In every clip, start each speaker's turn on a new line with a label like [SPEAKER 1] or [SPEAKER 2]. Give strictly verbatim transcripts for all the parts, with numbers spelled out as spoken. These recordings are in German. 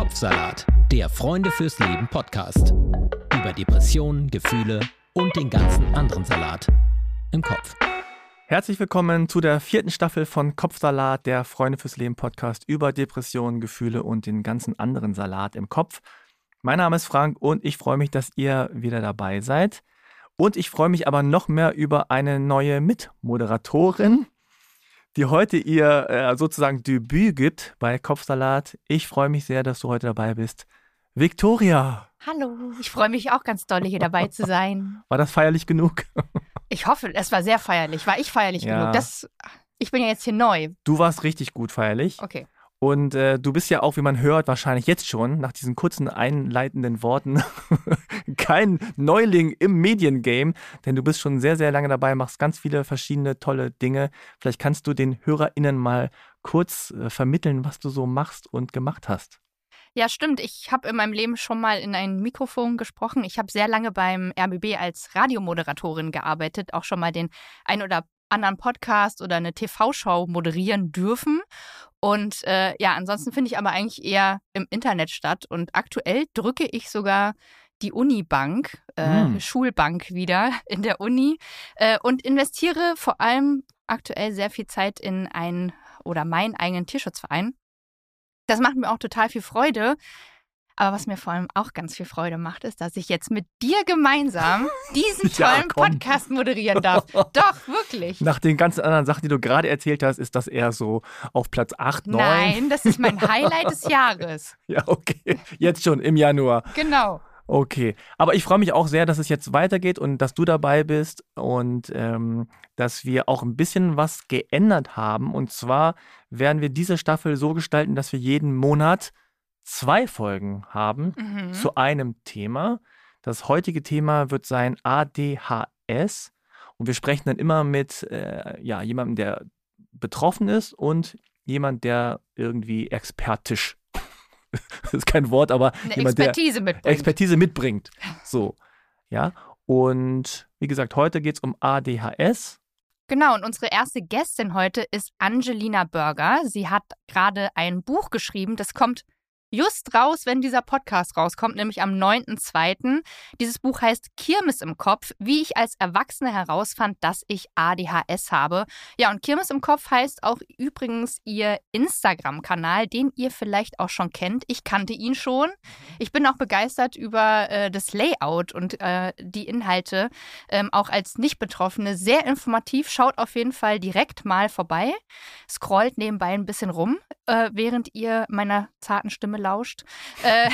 [SPEAKER 1] Kopfsalat, der Freunde fürs Leben Podcast. Über Depressionen, Gefühle und den ganzen anderen Salat im Kopf.
[SPEAKER 2] Herzlich willkommen zu der vierten Staffel von Kopfsalat, der Freunde fürs Leben Podcast über Depressionen, Gefühle und den ganzen anderen Salat im Kopf. Mein Name ist Frank und ich freue mich, dass ihr wieder dabei seid. Und ich freue mich aber noch mehr über eine neue Mitmoderatorin, die heute ihr äh, sozusagen Debüt gibt bei Kopfsalat. Ich freue mich sehr, dass du heute dabei bist. Viktoria.
[SPEAKER 3] Hallo, ich freue mich auch ganz doll, hier dabei zu sein.
[SPEAKER 2] War das feierlich genug?
[SPEAKER 3] Ich hoffe, es war sehr feierlich. War ich feierlich
[SPEAKER 2] Ja.
[SPEAKER 3] genug? Das, ich bin ja jetzt hier neu.
[SPEAKER 2] Du warst richtig gut feierlich.
[SPEAKER 3] Okay.
[SPEAKER 2] Und äh, du bist ja auch, wie man hört, wahrscheinlich jetzt schon, nach diesen kurzen einleitenden Worten, kein Neuling im Mediengame, denn du bist schon sehr, sehr lange dabei, machst ganz viele verschiedene tolle Dinge. Vielleicht kannst du den HörerInnen mal kurz äh, vermitteln, was du so machst und gemacht hast.
[SPEAKER 3] Ja, stimmt. Ich habe in meinem Leben schon mal in ein Mikrofon gesprochen. Ich habe sehr lange beim R B B als Radiomoderatorin gearbeitet, auch schon mal den ein oder anderen Podcast oder eine T V-Show moderieren dürfen. Und äh, ja, ansonsten finde ich aber eigentlich eher im Internet statt. Und aktuell drücke ich sogar die Unibank, äh,
[SPEAKER 2] Mm.
[SPEAKER 3] Schulbank wieder in der Uni äh, und investiere vor allem aktuell sehr viel Zeit in einen oder meinen eigenen Tierschutzverein. Das macht mir auch total viel Freude. Aber was mir vor allem auch ganz viel Freude macht, ist, dass ich jetzt mit dir gemeinsam diesen
[SPEAKER 2] Ja,
[SPEAKER 3] tollen
[SPEAKER 2] komm.
[SPEAKER 3] Podcast moderieren darf. Doch, wirklich.
[SPEAKER 2] Nach den ganzen anderen Sachen, die du gerade erzählt hast, ist das eher so auf Platz acht, neun?
[SPEAKER 3] Nein, das ist mein Highlight des Jahres.
[SPEAKER 2] Ja, okay. Jetzt schon im Januar.
[SPEAKER 3] Genau.
[SPEAKER 2] Okay, aber ich freue mich auch sehr, dass es jetzt weitergeht und dass du dabei bist und ähm, dass wir auch ein bisschen was geändert haben. Und zwar werden wir diese Staffel so gestalten, dass wir jeden Monat zwei Folgen haben
[SPEAKER 3] Mhm.
[SPEAKER 2] zu einem Thema. Das heutige Thema wird sein A D H S und wir sprechen dann immer mit äh, ja, jemandem, der betroffen ist und jemand, der irgendwie expertisch, das ist kein Wort, aber
[SPEAKER 3] Eine
[SPEAKER 2] jemand, der
[SPEAKER 3] Expertise mitbringt.
[SPEAKER 2] Expertise mitbringt. So, ja. Und wie gesagt, heute geht es um A D H S.
[SPEAKER 3] Genau, und unsere erste Gästin heute ist Angelina Börger. Sie hat gerade ein Buch geschrieben, das kommt just raus, wenn dieser Podcast rauskommt, nämlich am neunten zweiten Dieses Buch heißt Kirmes im Kopf, wie ich als Erwachsene herausfand, dass ich A D H S habe. Ja, und Kirmes im Kopf heißt auch übrigens ihr Instagram-Kanal, den ihr vielleicht auch schon kennt. Ich kannte ihn schon. Ich bin auch begeistert über äh, das Layout und äh, die Inhalte, ähm, auch als Nicht-Betroffene. Sehr informativ. Schaut auf jeden Fall direkt mal vorbei. Scrollt nebenbei ein bisschen rum, äh, während ihr meiner zarten Stimme lauscht. Äh,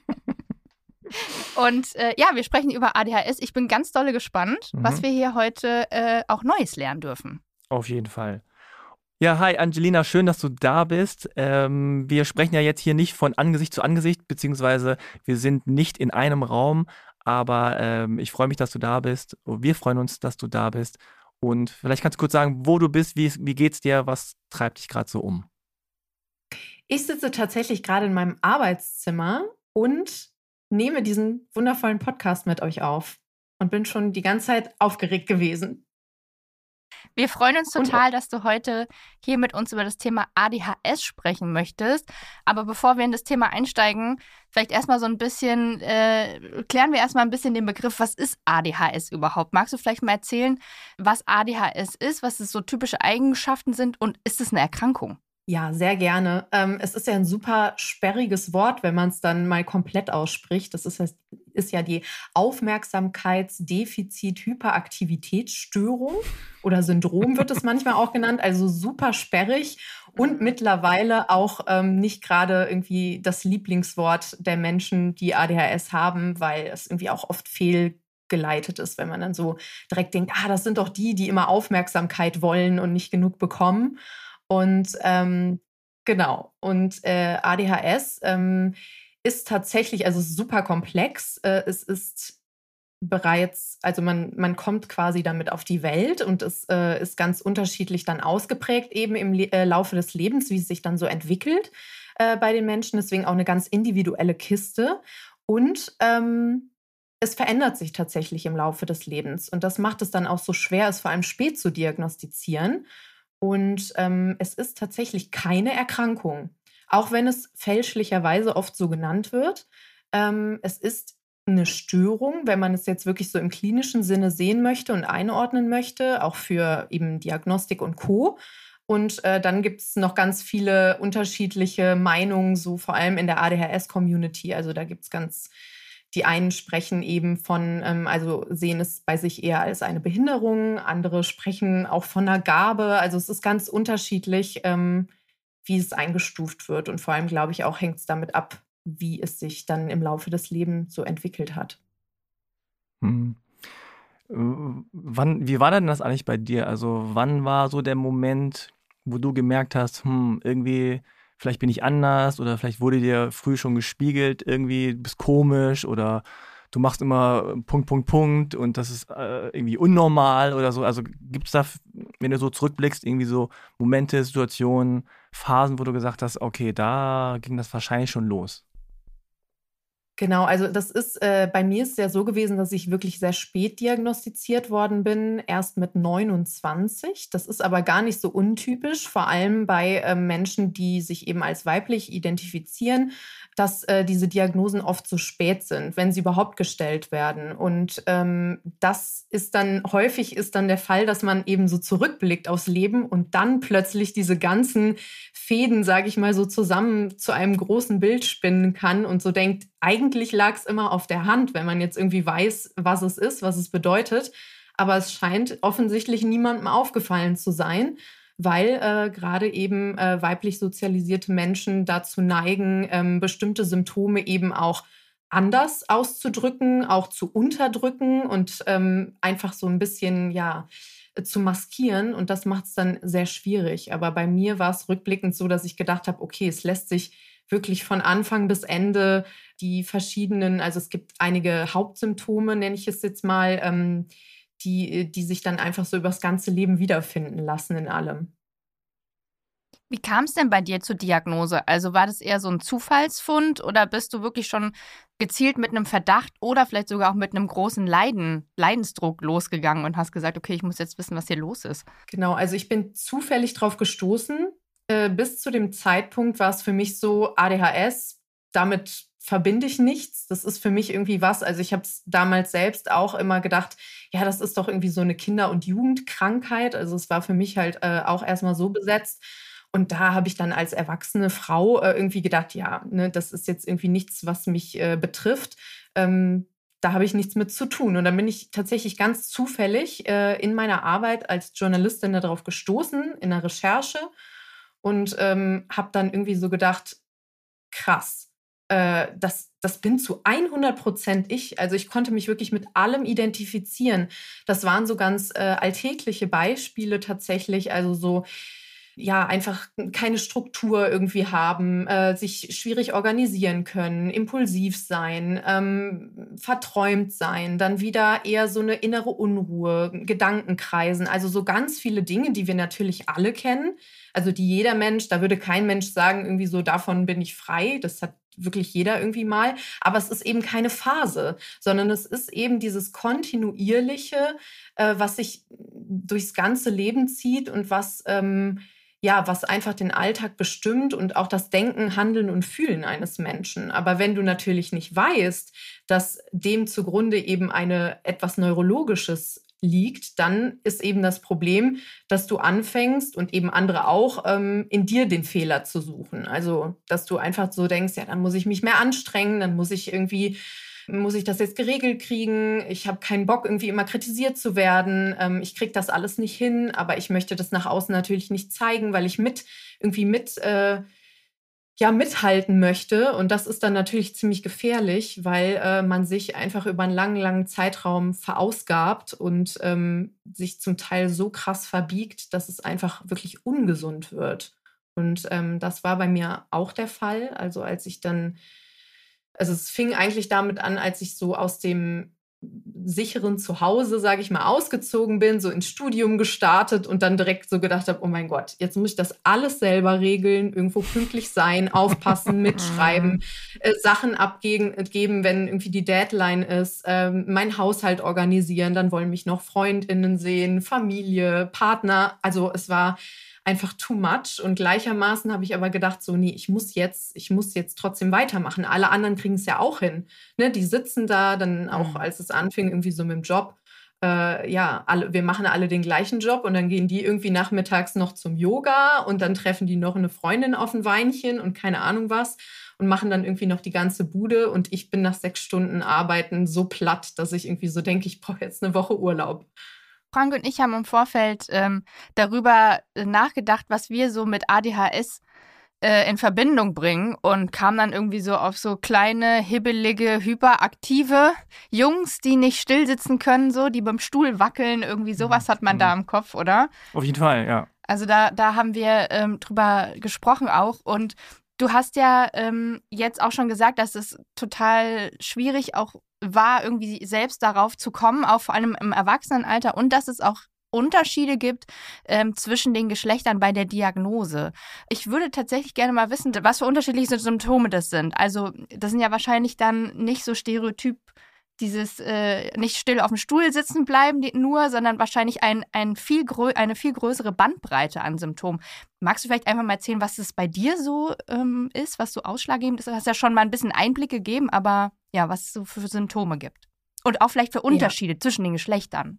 [SPEAKER 3] und äh, ja, wir sprechen über A D H S. Ich bin ganz dolle gespannt,
[SPEAKER 2] Mhm.
[SPEAKER 3] was wir hier heute äh, auch Neues lernen dürfen.
[SPEAKER 2] Auf jeden Fall. Ja, hi Angelina, schön, dass du da bist. Ähm, wir sprechen ja jetzt hier nicht von Angesicht zu Angesicht, beziehungsweise wir sind nicht in einem Raum, aber ähm, ich freue mich, dass du da bist. Wir freuen uns, dass du da bist. Und vielleicht kannst du kurz sagen, wo du bist, wie, wie geht's dir, was treibt dich gerade so um?
[SPEAKER 4] Ich sitze tatsächlich gerade in meinem Arbeitszimmer und nehme diesen wundervollen Podcast mit euch auf und bin schon die ganze Zeit aufgeregt gewesen.
[SPEAKER 3] Wir freuen uns
[SPEAKER 4] Und-
[SPEAKER 3] total, dass du heute hier mit uns über das Thema A D H S sprechen möchtest. Aber bevor wir in das Thema einsteigen, vielleicht erstmal so ein bisschen, äh, klären wir erstmal ein bisschen den Begriff, was ist A D H S überhaupt? Magst du vielleicht mal erzählen, was A D H S ist, was es so typische Eigenschaften sind und ist es eine Erkrankung?
[SPEAKER 4] Ja, sehr gerne. Ähm, es ist ja ein super sperriges Wort, wenn man es dann mal komplett ausspricht. Das ist, ist ja die Aufmerksamkeitsdefizit-Hyperaktivitätsstörung oder Syndrom wird es manchmal auch genannt. Also super sperrig und mittlerweile auch ähm, nicht gerade irgendwie das Lieblingswort der Menschen, die A D H S haben, weil es irgendwie auch oft fehlgeleitet ist, wenn man dann so direkt denkt, ah, das sind doch die, die immer Aufmerksamkeit wollen und nicht genug bekommen. Und ähm, genau, und äh, A D H S ähm, ist tatsächlich, also super komplex. Äh, es ist bereits, also man, man kommt quasi damit auf die Welt und es äh, ist ganz unterschiedlich dann ausgeprägt eben im Le- äh, Laufe des Lebens, wie es sich dann so entwickelt äh, bei den Menschen. Deswegen auch eine ganz individuelle Kiste. Und ähm, es verändert sich tatsächlich im Laufe des Lebens. Und das macht es dann auch so schwer, es vor allem spät zu diagnostizieren. Und ähm, es ist tatsächlich keine Erkrankung. auch wenn es fälschlicherweise oft so genannt wird. Ähm, es ist eine Störung, wenn man es jetzt wirklich so im klinischen Sinne sehen möchte und einordnen möchte, auch für eben Diagnostik und Co. Und äh, dann gibt es noch ganz viele unterschiedliche Meinungen, so vor allem in der A D H S-Community. Also da gibt es ganz, die einen sprechen eben von, ähm, also sehen es bei sich eher als eine Behinderung, andere sprechen auch von einer Gabe. Also es ist ganz unterschiedlich, ähm, wie es eingestuft wird. Und vor allem, glaube ich, auch hängt es damit ab, wie es sich dann im Laufe des Lebens so entwickelt hat.
[SPEAKER 2] Hm. Äh, Wann, wie war denn das eigentlich bei dir? Also wann war so der Moment, wo du gemerkt hast, hm, irgendwie, vielleicht bin ich anders oder vielleicht wurde dir früh schon gespiegelt, irgendwie, du bist komisch oder du machst immer Punkt, Punkt, Punkt und das ist äh, irgendwie unnormal oder so. Also gibt es da, wenn du so zurückblickst, irgendwie so Momente, Situationen, Phasen, wo du gesagt hast, okay, da ging das wahrscheinlich schon los?
[SPEAKER 4] Genau, also das ist, äh, bei mir ist es ja so gewesen, dass ich wirklich sehr spät diagnostiziert worden bin, erst mit neunundzwanzig. Das ist aber gar nicht so untypisch, vor allem bei ähm, Menschen, die sich eben als weiblich identifizieren, dass äh, diese Diagnosen oft so spät sind, wenn sie überhaupt gestellt werden. Und ähm, das ist dann, häufig ist dann der Fall, dass man eben so zurückblickt aufs Leben und dann plötzlich diese ganzen Fäden, sage ich mal, so zusammen zu einem großen Bild spinnen kann und so denkt, eigentlich lag es immer auf der Hand, wenn man jetzt irgendwie weiß, was es ist, was es bedeutet. Aber es scheint offensichtlich niemandem aufgefallen zu sein, weil äh, gerade eben äh, weiblich sozialisierte Menschen dazu neigen, ähm, bestimmte Symptome eben auch anders auszudrücken, auch zu unterdrücken und ähm, einfach so ein bisschen, ja, zu maskieren. Und das macht es dann sehr schwierig. Aber bei mir war es rückblickend so, dass ich gedacht habe, okay, es lässt sich wirklich von Anfang bis Ende die verschiedenen, also es gibt einige Hauptsymptome, nenne ich es jetzt mal, ähm, die, die sich dann einfach so übers ganze Leben wiederfinden lassen in allem.
[SPEAKER 3] Wie kam es denn bei dir zur Diagnose? Also war das eher so ein Zufallsfund oder bist du wirklich schon gezielt mit einem Verdacht oder vielleicht sogar auch mit einem großen Leiden, Leidensdruck losgegangen und hast gesagt, okay, ich muss jetzt wissen, was hier los ist?
[SPEAKER 4] Genau, also ich bin zufällig drauf gestoßen. Äh, bis zu dem Zeitpunkt war es für mich so, A D H S, damit verbinde ich nichts. Das ist für mich irgendwie was. Also ich habe es damals selbst auch immer gedacht, ja, das ist doch irgendwie so eine Kinder- und Jugendkrankheit. Also es war für mich halt äh, auch erstmal so besetzt. Und da habe ich dann als erwachsene Frau äh, irgendwie gedacht, ja, ne, das ist jetzt irgendwie nichts, was mich äh, betrifft. Ähm, da habe ich nichts mit zu tun. Und dann bin ich tatsächlich ganz zufällig äh, in meiner Arbeit als Journalistin darauf gestoßen, in der Recherche. Und ähm, habe dann irgendwie so gedacht, krass, äh, das, das bin zu hundert Prozent ich. Also ich konnte mich wirklich mit allem identifizieren. Das waren so ganz äh, alltägliche Beispiele tatsächlich. Also so, ja, einfach keine Struktur irgendwie haben, äh, sich schwierig organisieren können, impulsiv sein, ähm, verträumt sein, dann wieder eher so eine innere Unruhe, Gedankenkreisen, also so ganz viele Dinge, die wir natürlich alle kennen, also die jeder Mensch, da würde kein Mensch sagen, irgendwie so, davon bin ich frei, das hat wirklich jeder irgendwie mal, aber es ist eben keine Phase, sondern es ist eben dieses kontinuierliche, äh, was sich durchs ganze Leben zieht und was ähm, ja, was einfach den Alltag bestimmt und auch das Denken, Handeln und Fühlen eines Menschen. Aber wenn du natürlich nicht weißt, dass dem zugrunde eben eine etwas Neurologisches liegt, dann ist eben das Problem, dass du anfängst und eben andere auch ähm, in dir den Fehler zu suchen. Also, dass du einfach so denkst, ja, dann muss ich mich mehr anstrengen, dann muss ich irgendwie muss ich das jetzt geregelt kriegen? Ich habe keinen Bock, irgendwie immer kritisiert zu werden. Ähm, ich kriege das alles nicht hin, aber ich möchte das nach außen natürlich nicht zeigen, weil ich mit irgendwie mit äh, ja mithalten möchte. Und das ist dann natürlich ziemlich gefährlich, weil äh, man sich einfach über einen langen, langen Zeitraum verausgabt und ähm, sich zum Teil so krass verbiegt, dass es einfach wirklich ungesund wird. Und ähm, das war bei mir auch der Fall. Also als ich dann Also es fing eigentlich damit an, als ich so aus dem sicheren Zuhause, sage ich mal, ausgezogen bin, so ins Studium gestartet und dann direkt so gedacht habe, oh mein Gott, jetzt muss ich das alles selber regeln, irgendwo pünktlich sein, aufpassen, mitschreiben, äh, Sachen abgeben, geben, wenn irgendwie die Deadline ist, äh, mein Haushalt organisieren, dann wollen mich noch FreundInnen sehen, Familie, Partner. Also es war einfach too much. Und gleichermaßen habe ich aber gedacht, so, nee, ich muss jetzt, ich muss jetzt trotzdem weitermachen. Alle anderen kriegen es ja auch hin. Ne? Die sitzen da, dann auch, als es anfing, irgendwie so mit dem Job. Äh, ja, alle, wir machen alle den gleichen Job und dann gehen die irgendwie nachmittags noch zum Yoga und dann treffen die noch eine Freundin auf ein Weinchen und keine Ahnung was und machen dann irgendwie noch die ganze Bude und ich bin nach sechs Stunden Arbeiten so platt, dass ich irgendwie so denke, ich brauche jetzt eine Woche Urlaub.
[SPEAKER 3] Frank und ich haben im Vorfeld ähm, darüber nachgedacht, was wir so mit A D H S in Verbindung bringen und kam dann irgendwie so auf so kleine, hibbelige, hyperaktive Jungs, die nicht still sitzen können, so, die beim Stuhl wackeln, irgendwie sowas hat man da im Kopf, oder?
[SPEAKER 2] Auf jeden Fall, ja.
[SPEAKER 3] Also da, da haben wir ähm, drüber gesprochen auch und du hast ja ähm, jetzt auch schon gesagt, dass es total schwierig auch war, irgendwie selbst darauf zu kommen, auch vor allem im Erwachsenenalter und dass es auch Unterschiede gibt ähm, zwischen den Geschlechtern bei der Diagnose. Ich würde tatsächlich gerne mal wissen, was für unterschiedliche Symptome das sind. Also das sind ja wahrscheinlich dann nicht so stereotyp dieses äh, nicht still auf dem Stuhl sitzen bleiben die, nur, sondern wahrscheinlich ein, ein viel grö- eine viel größere Bandbreite an Symptomen. Magst du vielleicht einfach mal erzählen, was es bei dir so ähm, ist, was so ausschlaggebend ist? Du hast ja schon mal ein bisschen Einblick gegeben, aber ja, was es so für Symptome gibt. Und auch vielleicht für Unterschiede ja. zwischen den Geschlechtern.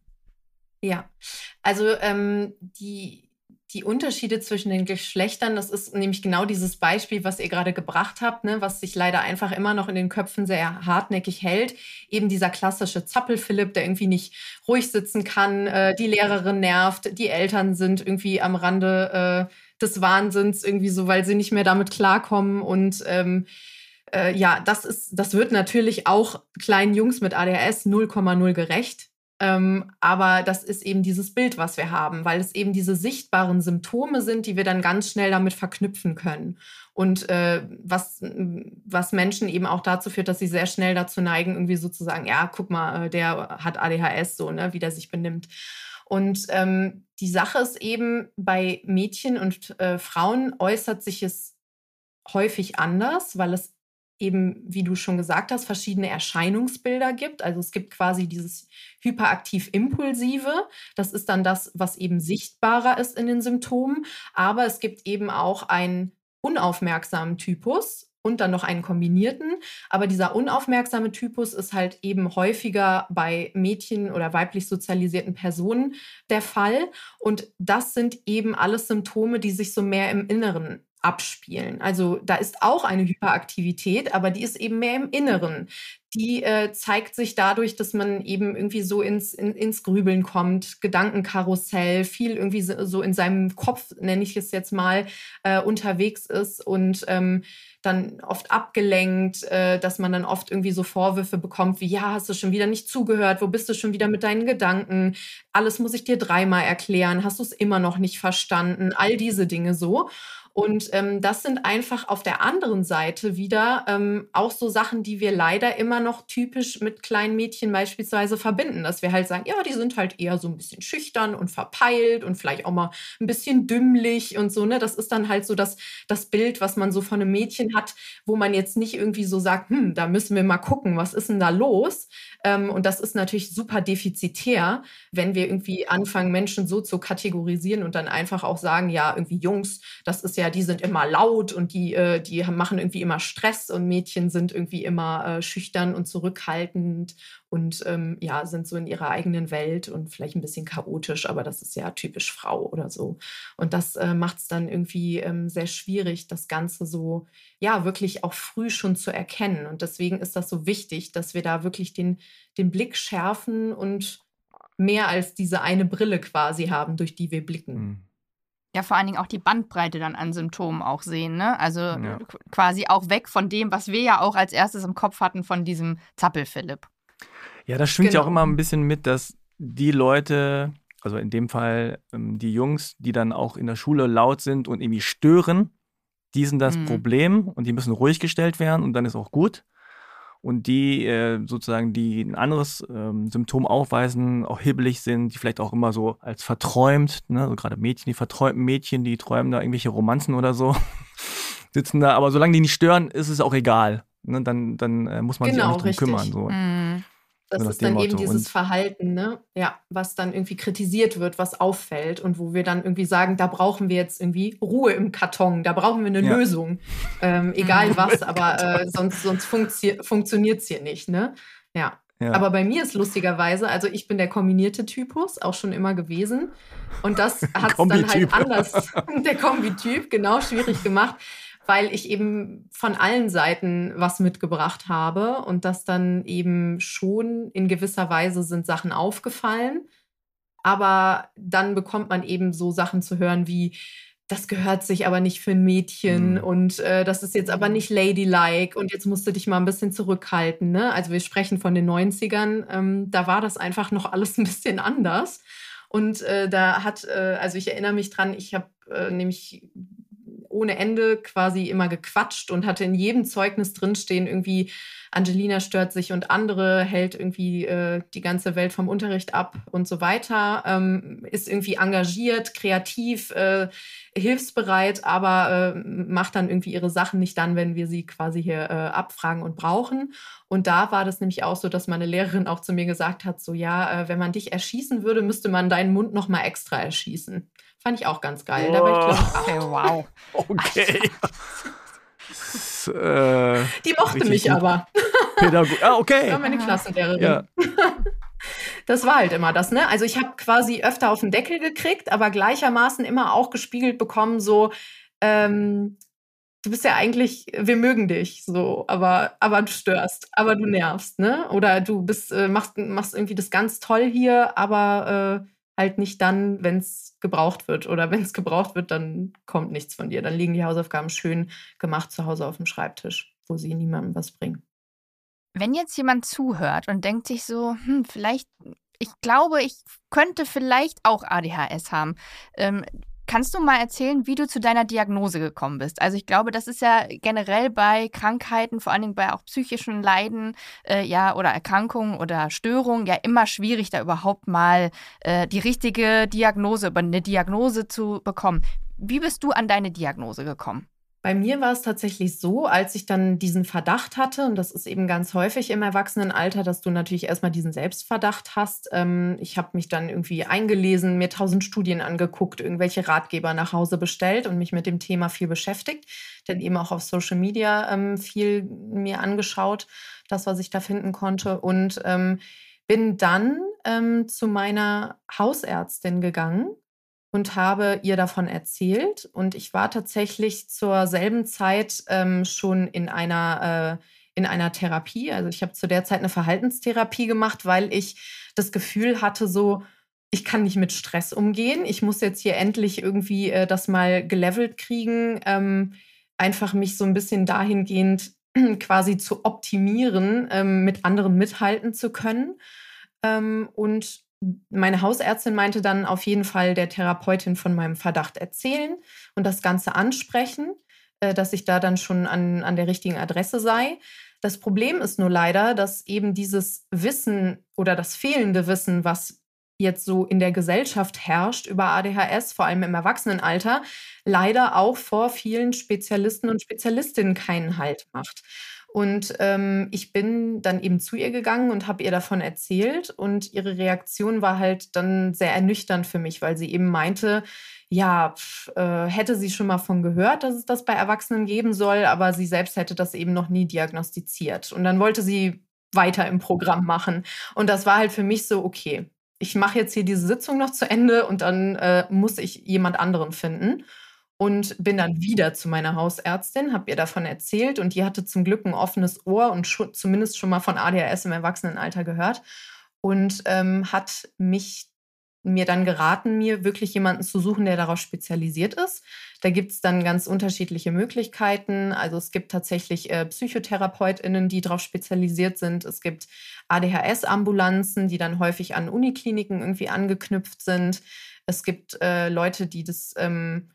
[SPEAKER 4] Ja, also ähm, die, die Unterschiede zwischen den Geschlechtern, das ist nämlich genau dieses Beispiel, was ihr gerade gebracht habt, ne, was sich leider einfach immer noch in den Köpfen sehr hartnäckig hält. Eben dieser klassische Zappel-Philipp, der irgendwie nicht ruhig sitzen kann, äh, die Lehrerin nervt, die Eltern sind irgendwie am Rande äh, des Wahnsinns, irgendwie so, weil sie nicht mehr damit klarkommen und ähm, äh, ja, das ist, das wird natürlich auch kleinen Jungs mit A D H S null Komma null gerecht. Ähm, aber das ist eben dieses Bild, was wir haben, weil es eben diese sichtbaren Symptome sind, die wir dann ganz schnell damit verknüpfen können. Und äh, was, was Menschen eben auch dazu führt, dass sie sehr schnell dazu neigen, irgendwie sozusagen, ja, guck mal, der hat A D H S, so, ne, wie der sich benimmt. Und ähm, die Sache ist eben, bei Mädchen und äh, Frauen äußert sich es häufig anders, weil es eben, wie du schon gesagt hast, verschiedene Erscheinungsbilder gibt. Also es gibt quasi dieses hyperaktiv-impulsive. Das ist dann das, was eben sichtbarer ist in den Symptomen. Aber es gibt eben auch einen unaufmerksamen Typus und dann noch einen kombinierten. Aber dieser unaufmerksame Typus ist halt eben häufiger bei Mädchen oder weiblich sozialisierten Personen der Fall. Und das sind eben alles Symptome, die sich so mehr im Inneren abspielen. Also da ist auch eine Hyperaktivität, aber die ist eben mehr im Inneren. Die äh, zeigt sich dadurch, dass man eben irgendwie so ins, in, ins Grübeln kommt, Gedankenkarussell, viel irgendwie so in seinem Kopf, nenne ich es jetzt mal, äh, unterwegs ist und ähm, dann oft abgelenkt, äh, dass man dann oft irgendwie so Vorwürfe bekommt, wie, ja, hast du schon wieder nicht zugehört, wo bist du schon wieder mit deinen Gedanken, alles muss ich dir dreimal erklären, hast du es immer noch nicht verstanden, all diese Dinge so. Und ähm, das sind einfach auf der anderen Seite wieder ähm, auch so Sachen, die wir leider immer noch typisch mit kleinen Mädchen beispielsweise verbinden, dass wir halt sagen, ja, die sind halt eher so ein bisschen schüchtern und verpeilt und vielleicht auch mal ein bisschen dümmlich und so, ne? Das ist dann halt so das, das Bild, was man so von einem Mädchen hat, wo man jetzt nicht irgendwie so sagt, hm, da müssen wir mal gucken, was ist denn da los? Ähm, und das ist natürlich super defizitär, wenn wir irgendwie anfangen, Menschen so zu kategorisieren und dann einfach auch sagen, ja, irgendwie Jungs, das ist ja, die sind immer laut und die, äh, die machen irgendwie immer Stress und Mädchen sind irgendwie immer äh, schüchtern und zurückhaltend und ähm, ja, sind so in ihrer eigenen Welt und vielleicht ein bisschen chaotisch, aber das ist ja typisch Frau oder so. Und das äh, macht es dann irgendwie ähm, sehr schwierig, das Ganze so, ja, wirklich auch früh schon zu erkennen. Und deswegen ist das so wichtig, dass wir da wirklich den, den Blick schärfen und mehr als diese eine Brille quasi haben, durch die wir blicken.
[SPEAKER 2] Mhm.
[SPEAKER 3] Ja, vor allen Dingen auch die Bandbreite dann an Symptomen auch sehen, ne? Also
[SPEAKER 2] Ja.
[SPEAKER 3] quasi auch weg von dem, was wir ja auch als erstes im Kopf hatten, von diesem Zappel-Philipp.
[SPEAKER 2] Ja, das schwingt ja auch
[SPEAKER 4] Genau.
[SPEAKER 2] immer ein bisschen mit, dass die Leute, also in dem Fall ähm, die Jungs, die dann auch in der Schule laut sind und irgendwie stören, die sind das
[SPEAKER 3] Mhm.
[SPEAKER 2] Problem und die müssen ruhig gestellt werden und dann ist auch gut. Und die äh, sozusagen, die ein anderes ähm, Symptom aufweisen, auch hibbelig sind, die vielleicht auch immer so als verträumt, ne, so gerade Mädchen, die verträumten Mädchen, die träumen da irgendwelche Romanzen oder so, sitzen da, aber solange die nicht stören, ist es auch egal. Ne, dann dann äh, muss man sich auch
[SPEAKER 4] Genau,
[SPEAKER 2] nicht drum
[SPEAKER 4] richtig.
[SPEAKER 2] kümmern. So.
[SPEAKER 3] Mhm.
[SPEAKER 4] Das
[SPEAKER 2] so nach
[SPEAKER 4] ist
[SPEAKER 2] dem
[SPEAKER 4] dann eben
[SPEAKER 2] Motto.
[SPEAKER 4] dieses
[SPEAKER 2] Und
[SPEAKER 4] Verhalten, ne? Ja, was dann irgendwie kritisiert wird, was auffällt und wo wir dann irgendwie sagen, da brauchen wir jetzt irgendwie Ruhe im Karton, da brauchen wir eine
[SPEAKER 2] ja,
[SPEAKER 4] Lösung. Ähm, egal
[SPEAKER 3] Mhm.
[SPEAKER 4] was, aber äh, sonst, sonst funktio funktioniert es hier nicht, ne? Ja.
[SPEAKER 2] ja.
[SPEAKER 4] Aber bei mir ist lustigerweise, also ich bin der kombinierte Typus, auch schon immer gewesen. Und das hat es dann halt
[SPEAKER 2] Kombityp.
[SPEAKER 4] anders, der Kombityp, genau, schwierig gemacht, weil ich eben von allen Seiten was mitgebracht habe und das dann eben schon in gewisser Weise sind Sachen aufgefallen. Aber dann bekommt man eben so Sachen zu hören wie, das gehört sich aber nicht für ein Mädchen
[SPEAKER 2] Hm.
[SPEAKER 4] und äh, das ist jetzt aber nicht ladylike und jetzt musst du dich mal ein bisschen zurückhalten. Ne? Also wir sprechen von den neunzigern, ähm, da war das einfach noch alles ein bisschen anders. Und äh, da hat, äh, also ich erinnere mich dran, ich habe äh, nämlich ohne Ende quasi immer gequatscht und hatte in jedem Zeugnis drinstehen, irgendwie Angelina stört sich und andere, hält irgendwie äh, die ganze Welt vom Unterricht ab und so weiter, ähm, ist irgendwie engagiert, kreativ, äh, hilfsbereit, aber äh, macht dann irgendwie ihre Sachen nicht dann, wenn wir sie quasi hier äh, abfragen und brauchen. Und da war das nämlich auch so, dass meine Lehrerin auch zu mir gesagt hat, so ja, äh, wenn man dich erschießen würde, müsste man deinen Mund noch mal extra erschießen. Fand ich auch ganz geil. Da war ich, glaube ich,
[SPEAKER 3] Okay, wow.
[SPEAKER 2] Okay. Das, äh,
[SPEAKER 4] die mochte
[SPEAKER 2] richtig
[SPEAKER 4] mich
[SPEAKER 2] gut.
[SPEAKER 4] aber.
[SPEAKER 2] Pädago ah,
[SPEAKER 4] Das war
[SPEAKER 2] okay.
[SPEAKER 4] meine Klassenlehrerin.
[SPEAKER 2] Ja.
[SPEAKER 4] Das war halt immer das, ne? Also ich habe quasi öfter auf den Deckel gekriegt, aber gleichermaßen immer auch gespiegelt bekommen, so, ähm, du bist ja eigentlich, wir mögen dich, so, aber, aber du störst, aber du nervst, ne? Oder du bist, äh, machst, machst irgendwie das ganz toll hier, aber äh, halt nicht dann, wenn es gebraucht wird. Oder wenn es gebraucht wird, dann kommt nichts von dir. Dann liegen die Hausaufgaben schön gemacht zu Hause auf dem Schreibtisch, wo sie niemandem was bringen.
[SPEAKER 3] Wenn jetzt jemand zuhört und denkt sich so, hm, vielleicht, ich glaube, ich könnte vielleicht auch A D H S haben. Ähm, kannst du mal erzählen, wie du zu deiner Diagnose gekommen bist? Also ich glaube, das ist ja generell bei Krankheiten, vor allen Dingen bei auch psychischen Leiden, äh, ja, oder Erkrankungen oder Störungen, ja immer schwierig, da überhaupt mal äh, die richtige Diagnose, über eine Diagnose zu bekommen. Wie bist du an deine Diagnose gekommen?
[SPEAKER 4] Bei mir war es tatsächlich so, als ich dann diesen Verdacht hatte, und das ist eben ganz häufig im Erwachsenenalter, dass du natürlich erstmal diesen Selbstverdacht hast. Ähm, ich habe mich dann irgendwie eingelesen, mir tausend Studien angeguckt, irgendwelche Ratgeber nach Hause bestellt und mich mit dem Thema viel beschäftigt, dann eben auch auf Social Media ähm, viel mir angeschaut, das, was ich da finden konnte. Und ähm, bin dann ähm, zu meiner Hausärztin gegangen und habe ihr davon erzählt. Und ich war tatsächlich zur selben Zeit ähm, schon in einer, äh, in einer Therapie. Also ich habe zu der Zeit eine Verhaltenstherapie gemacht, weil ich das Gefühl hatte, so, ich kann nicht mit Stress umgehen. Ich muss jetzt hier endlich irgendwie äh, das mal gelevelt kriegen. Ähm, einfach mich so ein bisschen dahingehend quasi zu optimieren, ähm, mit anderen mithalten zu können. Ähm, und meine Hausärztin meinte dann auf jeden Fall der Therapeutin von meinem Verdacht erzählen und das Ganze ansprechen, äh, dass ich da dann schon an, an der richtigen Adresse sei. Das Problem ist nur leider, dass eben dieses Wissen oder das fehlende Wissen, was jetzt so in der Gesellschaft herrscht über A D H S, vor allem im Erwachsenenalter, leider auch vor vielen Spezialisten und Spezialistinnen keinen Halt macht. Und ähm, ich bin dann eben zu ihr gegangen und habe ihr davon erzählt. Und ihre Reaktion war halt dann sehr ernüchternd für mich, weil sie eben meinte, ja, pf, äh, hätte sie schon mal von gehört, dass es das bei Erwachsenen geben soll, aber sie selbst hätte das eben noch nie diagnostiziert. Und dann wollte sie weiter im Programm machen. Und das war halt für mich so, okay, ich mache jetzt hier diese Sitzung noch zu Ende und dann äh, muss ich jemand anderen finden. Und bin dann wieder zu meiner Hausärztin, habe ihr davon erzählt und die hatte zum Glück ein offenes Ohr und schon, zumindest schon mal von A D H S im Erwachsenenalter gehört und ähm, hat mich mir dann geraten, mir wirklich jemanden zu suchen, der darauf spezialisiert ist. Da gibt es dann ganz unterschiedliche Möglichkeiten. Also es gibt tatsächlich äh, PsychotherapeutInnen, die darauf spezialisiert sind. Es gibt A D H S-Ambulanzen, die dann häufig an Unikliniken irgendwie angeknüpft sind. Es gibt äh, Leute, die das ähm,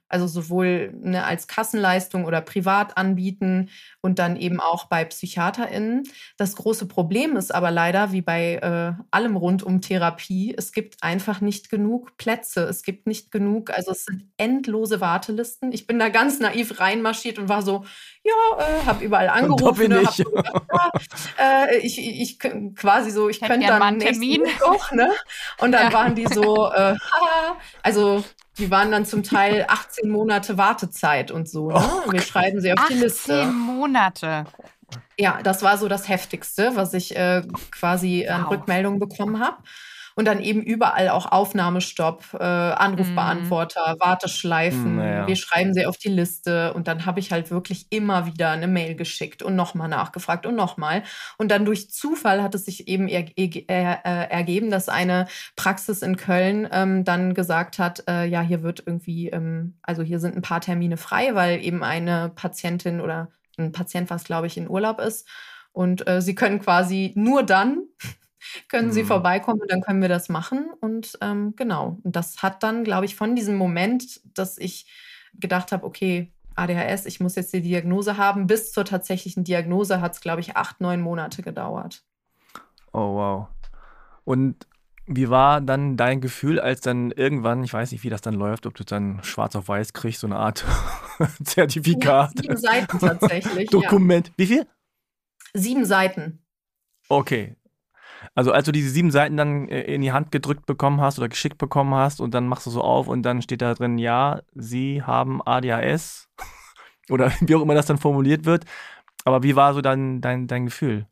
[SPEAKER 4] Also sowohl ne, als Kassenleistung oder privat anbieten und dann eben auch bei PsychiaterInnen. Das große Problem ist aber leider, wie bei äh, allem rund um Therapie, es gibt einfach nicht genug Plätze. Es gibt nicht genug, also es sind endlose Wartelisten. Ich bin da ganz naiv reinmarschiert und war so, ja, äh, habe überall angerufen. Ne, hab so gedacht, ja, äh, ich, ich quasi so, ich, ich könnte dann einen Termin Mittwoch, ne? Und dann ja. waren die so, äh, haha, also die waren dann zum Teil achtzehn Monate Wartezeit und so. Ne?
[SPEAKER 3] Oh,
[SPEAKER 4] wir schreiben sie auf die Liste.
[SPEAKER 3] achtzehn Monate.
[SPEAKER 4] Ja, das war so das Heftigste, was ich äh, quasi an wow. Rückmeldungen bekommen habe. Und dann eben überall auch Aufnahmestopp, äh, Anrufbeantworter, mm. Warteschleifen. Naja. Wir schreiben sie auf die Liste. Und dann habe ich halt wirklich immer wieder eine Mail geschickt und nochmal nachgefragt und nochmal. Und dann durch Zufall hat es sich eben er, er, er, ergeben, dass eine Praxis in Köln ähm, dann gesagt hat, äh, ja, hier wird irgendwie, ähm, also hier sind ein paar Termine frei, weil eben eine Patientin oder ein Patient, was glaube ich in Urlaub ist. Und äh, sie können quasi nur dann können Sie mhm. vorbeikommen und dann können wir das machen. Und ähm, genau, und das hat dann, glaube ich, von diesem Moment, dass ich gedacht habe, okay, A D H S, ich muss jetzt die Diagnose haben, bis zur tatsächlichen Diagnose hat es, glaube ich, acht, neun Monate gedauert.
[SPEAKER 2] Oh, wow. Und wie war dann dein Gefühl, als dann irgendwann, ich weiß nicht, wie das dann läuft, ob du dann schwarz auf weiß kriegst, so eine Art Zertifikat?
[SPEAKER 4] Ja, sieben Seiten tatsächlich.
[SPEAKER 2] Dokument. Ja. Wie viel?
[SPEAKER 4] Sieben Seiten.
[SPEAKER 2] Okay. Also als du diese sieben Seiten dann in die Hand gedrückt bekommen hast oder geschickt bekommen hast und dann machst du so auf und dann steht da drin, ja, Sie haben A D H S oder wie auch immer das dann formuliert wird. Aber wie war so dann dein, dein Gefühl?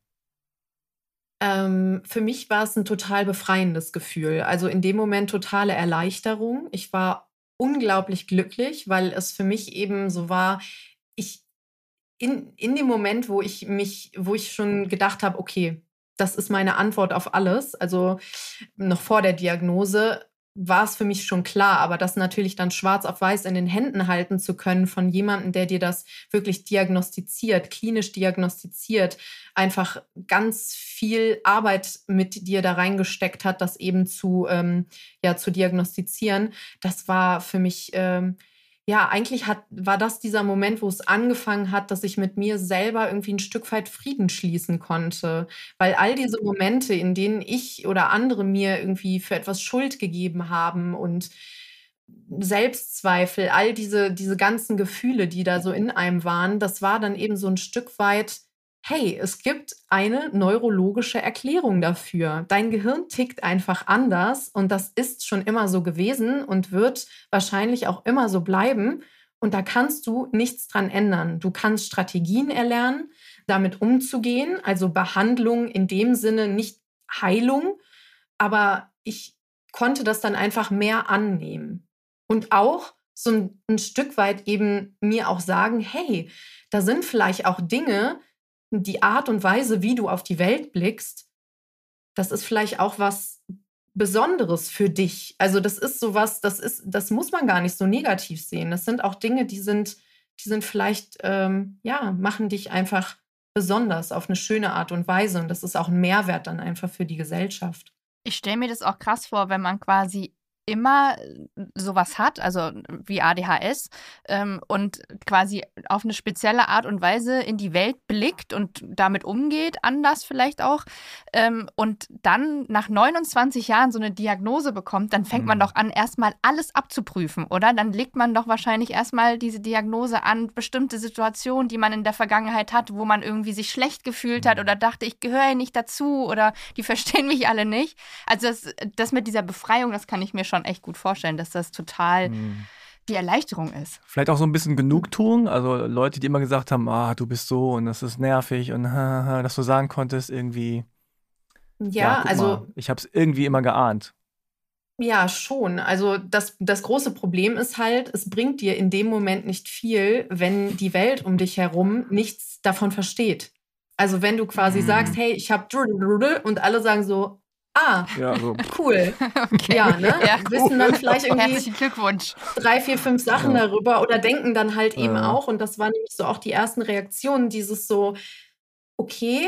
[SPEAKER 4] Ähm, für mich war es ein total befreiendes Gefühl. Also in dem Moment totale Erleichterung. Ich war unglaublich glücklich, weil es für mich eben so war, ich in, in dem Moment, wo ich mich, wo ich schon gedacht habe, okay, das ist meine Antwort auf alles. Also noch vor der Diagnose war es für mich schon klar, aber das natürlich dann schwarz auf weiß in den Händen halten zu können von jemandem, der dir das wirklich diagnostiziert, klinisch diagnostiziert, einfach ganz viel Arbeit mit dir da reingesteckt hat, das eben zu, ähm, ja, zu diagnostizieren. Das war für mich... Ähm, Ja, eigentlich hat, war das dieser Moment, wo es angefangen hat, dass ich mit mir selber irgendwie ein Stück weit Frieden schließen konnte. Weil all diese Momente, in denen ich oder andere mir irgendwie für etwas Schuld gegeben haben und Selbstzweifel, all diese, diese ganzen Gefühle, die da so in einem waren, das war dann eben so ein Stück weit, hey, es gibt eine neurologische Erklärung dafür. Dein Gehirn tickt einfach anders und das ist schon immer so gewesen und wird wahrscheinlich auch immer so bleiben. Und da kannst du nichts dran ändern. Du kannst Strategien erlernen, damit umzugehen, also Behandlung in dem Sinne, nicht Heilung, aber ich konnte das dann einfach mehr annehmen. Und auch so ein, ein Stück weit eben mir auch sagen, hey, da sind vielleicht auch Dinge, die Art und Weise, wie du auf die Welt blickst, das ist vielleicht auch was Besonderes für dich. Also das ist sowas, das ist, das muss man gar nicht so negativ sehen. Das sind auch Dinge, die sind, die sind vielleicht, ähm, ja, machen dich einfach besonders auf eine schöne Art und Weise. Und das ist auch ein Mehrwert dann einfach für die Gesellschaft.
[SPEAKER 3] Ich stelle mir das auch krass vor, wenn man quasi immer sowas hat, also wie A D H S, ähm, und quasi auf eine spezielle Art und Weise in die Welt blickt und damit umgeht, anders vielleicht auch, ähm, und dann nach neunundzwanzig Jahren so eine Diagnose bekommt, dann fängt mhm. man doch an, erstmal alles abzuprüfen, oder? Dann legt man doch wahrscheinlich erstmal diese Diagnose an bestimmte Situationen, die man in der Vergangenheit hat, wo man irgendwie sich schlecht gefühlt hat oder dachte, ich gehöre hier nicht dazu oder die verstehen mich alle nicht. Also das, das mit dieser Befreiung, das kann ich mir schon echt gut vorstellen, dass das total hm. die Erleichterung ist.
[SPEAKER 2] Vielleicht auch so ein bisschen Genugtuung, also Leute, die immer gesagt haben, ah, du bist so und das ist nervig und dass du sagen konntest irgendwie,
[SPEAKER 4] ja, ja also
[SPEAKER 2] mal, ich habe es irgendwie immer geahnt.
[SPEAKER 4] Ja, schon. Also das, das große Problem ist halt, es bringt dir in dem Moment nicht viel, wenn die Welt um dich herum nichts davon versteht. Also wenn du quasi hm. sagst, hey, ich habe und alle sagen so, ah,
[SPEAKER 2] ja, so.
[SPEAKER 4] cool.
[SPEAKER 3] Okay.
[SPEAKER 4] Ja, ne?
[SPEAKER 3] Ja,
[SPEAKER 4] cool. Wissen dann vielleicht irgendwie
[SPEAKER 3] Herzlichen Glückwunsch.
[SPEAKER 4] drei, vier, fünf Sachen ja. darüber oder denken dann halt ja. eben auch, und das waren nämlich so auch die ersten Reaktionen, dieses so, okay,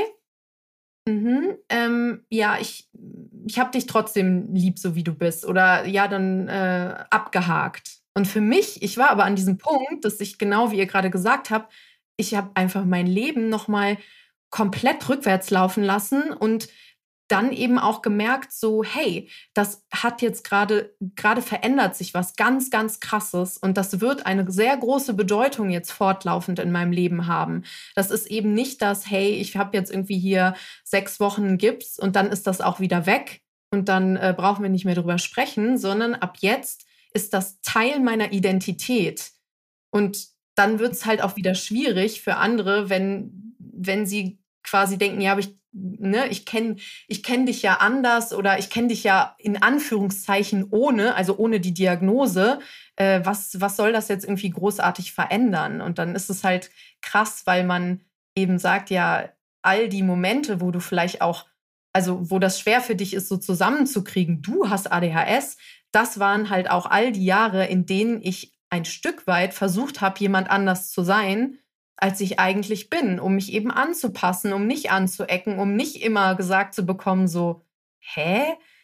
[SPEAKER 4] mhm, ähm, ja, ich, ich habe dich trotzdem lieb, so wie du bist. Oder ja, dann äh, abgehakt. Und für mich, ich war aber an diesem Punkt, dass ich genau wie ihr gerade gesagt habt, ich habe einfach mein Leben nochmal komplett rückwärts laufen lassen und dann eben auch gemerkt, so, hey, das hat jetzt gerade, gerade verändert sich was ganz, ganz Krasses und das wird eine sehr große Bedeutung jetzt fortlaufend in meinem Leben haben. Das ist eben nicht das, hey, ich habe jetzt irgendwie hier sechs Wochen Gips und dann ist das auch wieder weg und dann äh, brauchen wir nicht mehr drüber sprechen, sondern ab jetzt ist das Teil meiner Identität. Und dann wird es halt auch wieder schwierig für andere, wenn, wenn sie quasi denken, ja, aber ich Ne, ich kenne ich kenn dich ja anders oder ich kenne dich ja in Anführungszeichen ohne, also ohne die Diagnose. Äh, was, was soll das jetzt irgendwie großartig verändern? Und dann ist es halt krass, weil man eben sagt, ja, all die Momente, wo du vielleicht auch, also wo das schwer für dich ist, so zusammenzukriegen, du hast A D H S, das waren halt auch all die Jahre, in denen ich ein Stück weit versucht habe, jemand anders zu sein, als ich eigentlich bin, um mich eben anzupassen, um nicht anzuecken, um nicht immer gesagt zu bekommen, so, hä?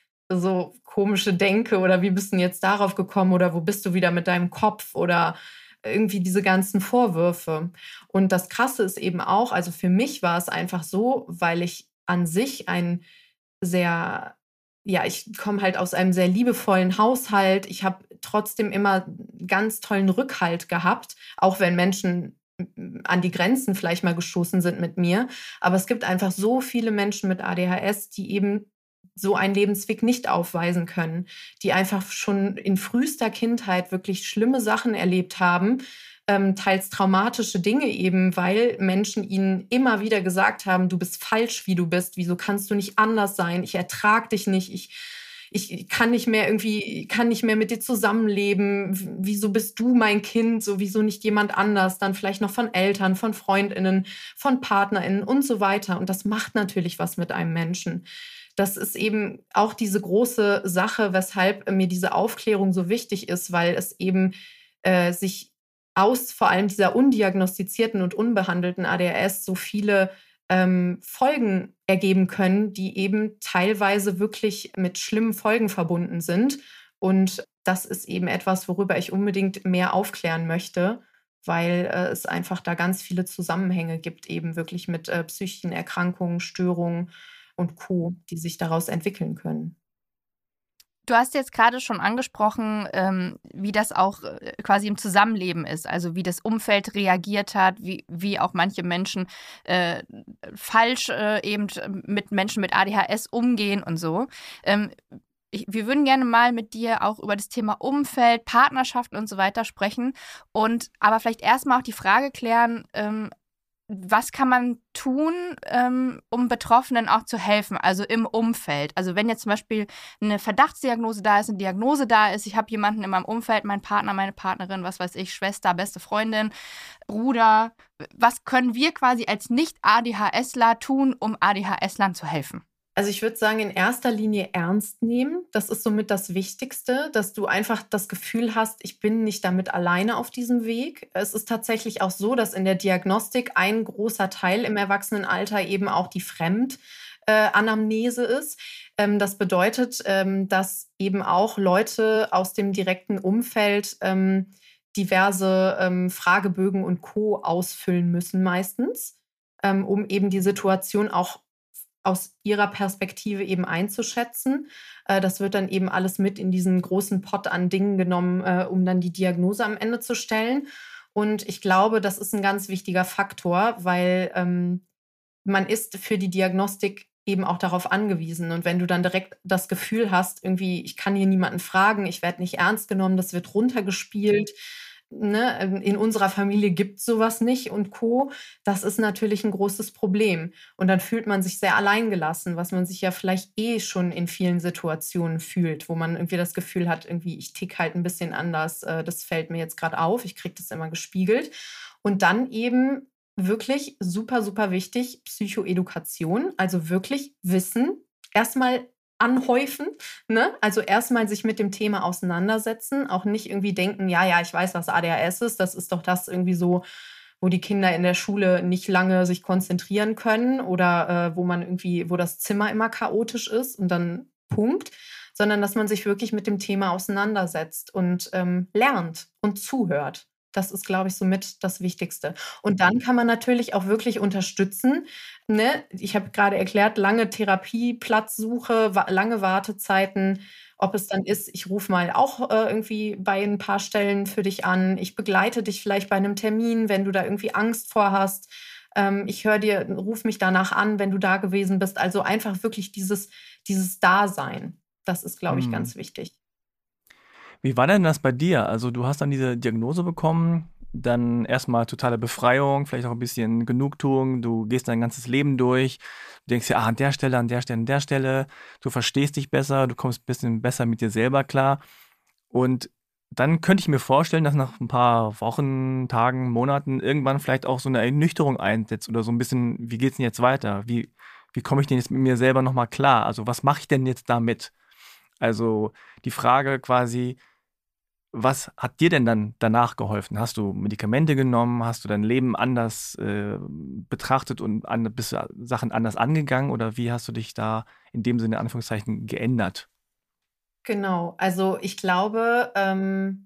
[SPEAKER 4] So komische Denke oder wie bist du denn jetzt darauf gekommen oder wo bist du wieder mit deinem Kopf oder irgendwie diese ganzen Vorwürfe. Und das Krasse ist eben auch, also für mich war es einfach so, weil ich an sich ein sehr, ja, ich komme halt aus einem sehr liebevollen Haushalt. Ich habe trotzdem immer ganz tollen Rückhalt gehabt, auch wenn Menschen an die Grenzen vielleicht mal gestoßen sind mit mir. Aber es gibt einfach so viele Menschen mit A D H S, die eben so einen Lebensweg nicht aufweisen können, die einfach schon in frühester Kindheit wirklich schlimme Sachen erlebt haben, ähm, teils traumatische Dinge eben, weil Menschen ihnen immer wieder gesagt haben, du bist falsch, wie du bist, wieso kannst du nicht anders sein, ich ertrag dich nicht, ich ich kann nicht mehr irgendwie, kann nicht mehr mit dir zusammenleben. Wieso bist du mein Kind? So, wieso nicht jemand anders? Dann vielleicht noch von Eltern, von FreundInnen, von PartnerInnen und so weiter. Und das macht natürlich was mit einem Menschen. Das ist eben auch diese große Sache, weshalb mir diese Aufklärung so wichtig ist, weil es eben äh, sich aus vor allem dieser undiagnostizierten und unbehandelten A D H S so viele ähm, Folgen ergeben können, die eben teilweise wirklich mit schlimmen Folgen verbunden sind. Und das ist eben etwas, worüber ich unbedingt mehr aufklären möchte, weil äh, es einfach da ganz viele Zusammenhänge gibt, eben wirklich mit äh, psychischen Erkrankungen, Störungen und Co., die sich daraus entwickeln können.
[SPEAKER 3] Du hast jetzt gerade schon angesprochen, ähm, wie das auch äh, quasi im Zusammenleben ist, also wie das Umfeld reagiert hat, wie, wie auch manche Menschen äh, falsch äh, eben mit Menschen mit A D H S umgehen und so. Ähm, ich, wir würden gerne mal mit dir auch über das Thema Umfeld, Partnerschaften und so weiter sprechen und aber vielleicht erstmal auch die Frage klären, ähm, was kann man tun, ähm, um Betroffenen auch zu helfen, also im Umfeld? Also wenn jetzt zum Beispiel eine Verdachtsdiagnose da ist, eine Diagnose da ist, ich habe jemanden in meinem Umfeld, meinen Partner, meine Partnerin, was weiß ich, Schwester, beste Freundin, Bruder. Was können wir quasi als Nicht-ADHSler tun, um ADHSlern zu helfen?
[SPEAKER 4] Also ich würde sagen, in erster Linie ernst nehmen. Das ist somit das Wichtigste, dass du einfach das Gefühl hast, ich bin nicht damit alleine auf diesem Weg. Es ist tatsächlich auch so, dass in der Diagnostik ein großer Teil im Erwachsenenalter eben auch die Fremdanamnese ist. Das bedeutet, dass eben auch Leute aus dem direkten Umfeld diverse Fragebögen und Co. ausfüllen müssen meistens, um eben die Situation auch aus ihrer Perspektive eben einzuschätzen. Das wird dann eben alles mit in diesen großen Pott an Dingen genommen, um dann die Diagnose am Ende zu stellen. Und ich glaube, das ist ein ganz wichtiger Faktor, weil ähm, man ist für die Diagnostik eben auch darauf angewiesen. Und wenn du dann direkt das Gefühl hast, irgendwie, ich kann hier niemanden fragen, ich werde nicht ernst genommen, das wird runtergespielt, Ne, in unserer Familie gibt es sowas nicht und Co., das ist natürlich ein großes Problem. Und dann fühlt man sich sehr alleingelassen, was man sich ja vielleicht eh schon in vielen Situationen fühlt, wo man irgendwie das Gefühl hat, irgendwie ich tick halt ein bisschen anders, das fällt mir jetzt gerade auf, ich kriege das immer gespiegelt. Und dann eben wirklich super, super wichtig, Psychoedukation, also wirklich Wissen, erstmal anhäufen, ne? Also erstmal sich mit dem Thema auseinandersetzen, auch nicht irgendwie denken, ja, ja, ich weiß, was A D H S ist, das ist doch das irgendwie so, wo die Kinder in der Schule nicht lange sich konzentrieren können oder äh, wo man irgendwie, wo das Zimmer immer chaotisch ist und dann Punkt, sondern dass man sich wirklich mit dem Thema auseinandersetzt und ähm, lernt und zuhört. Das ist, glaube ich, somit das Wichtigste. Und dann kann man natürlich auch wirklich unterstützen. Ne? Ich habe gerade erklärt, lange Therapieplatzsuche, wa- lange Wartezeiten. Ob es dann ist, ich rufe mal auch äh, irgendwie bei ein paar Stellen für dich an. Ich begleite dich vielleicht bei einem Termin, wenn du da irgendwie Angst vor hast. Ähm, ich höre dir, ruf mich danach an, wenn du da gewesen bist. Also einfach wirklich dieses, dieses Dasein. Das ist, glaube ich,
[SPEAKER 2] Hm.
[SPEAKER 4] ganz wichtig.
[SPEAKER 2] Wie war denn das bei dir? Also du hast dann diese Diagnose bekommen, dann erstmal totale Befreiung, vielleicht auch ein bisschen Genugtuung, du gehst dein ganzes Leben durch, du denkst ja, ah, an der Stelle, an der Stelle, an der Stelle, du verstehst dich besser, du kommst ein bisschen besser mit dir selber klar. Und dann könnte ich mir vorstellen, dass nach ein paar Wochen, Tagen, Monaten irgendwann vielleicht auch so eine Ernüchterung einsetzt oder so ein bisschen, wie geht's denn jetzt weiter? Wie, wie komme ich denn jetzt mit mir selber nochmal klar? Also was mache ich denn jetzt damit? Also die Frage quasi, was hat dir denn dann danach geholfen? Hast du Medikamente genommen? Hast du dein Leben anders äh, betrachtet und an, bist du Sachen anders angegangen? Oder wie hast du dich da in dem Sinne, in Anführungszeichen, geändert?
[SPEAKER 4] Genau, also ich glaube, ähm,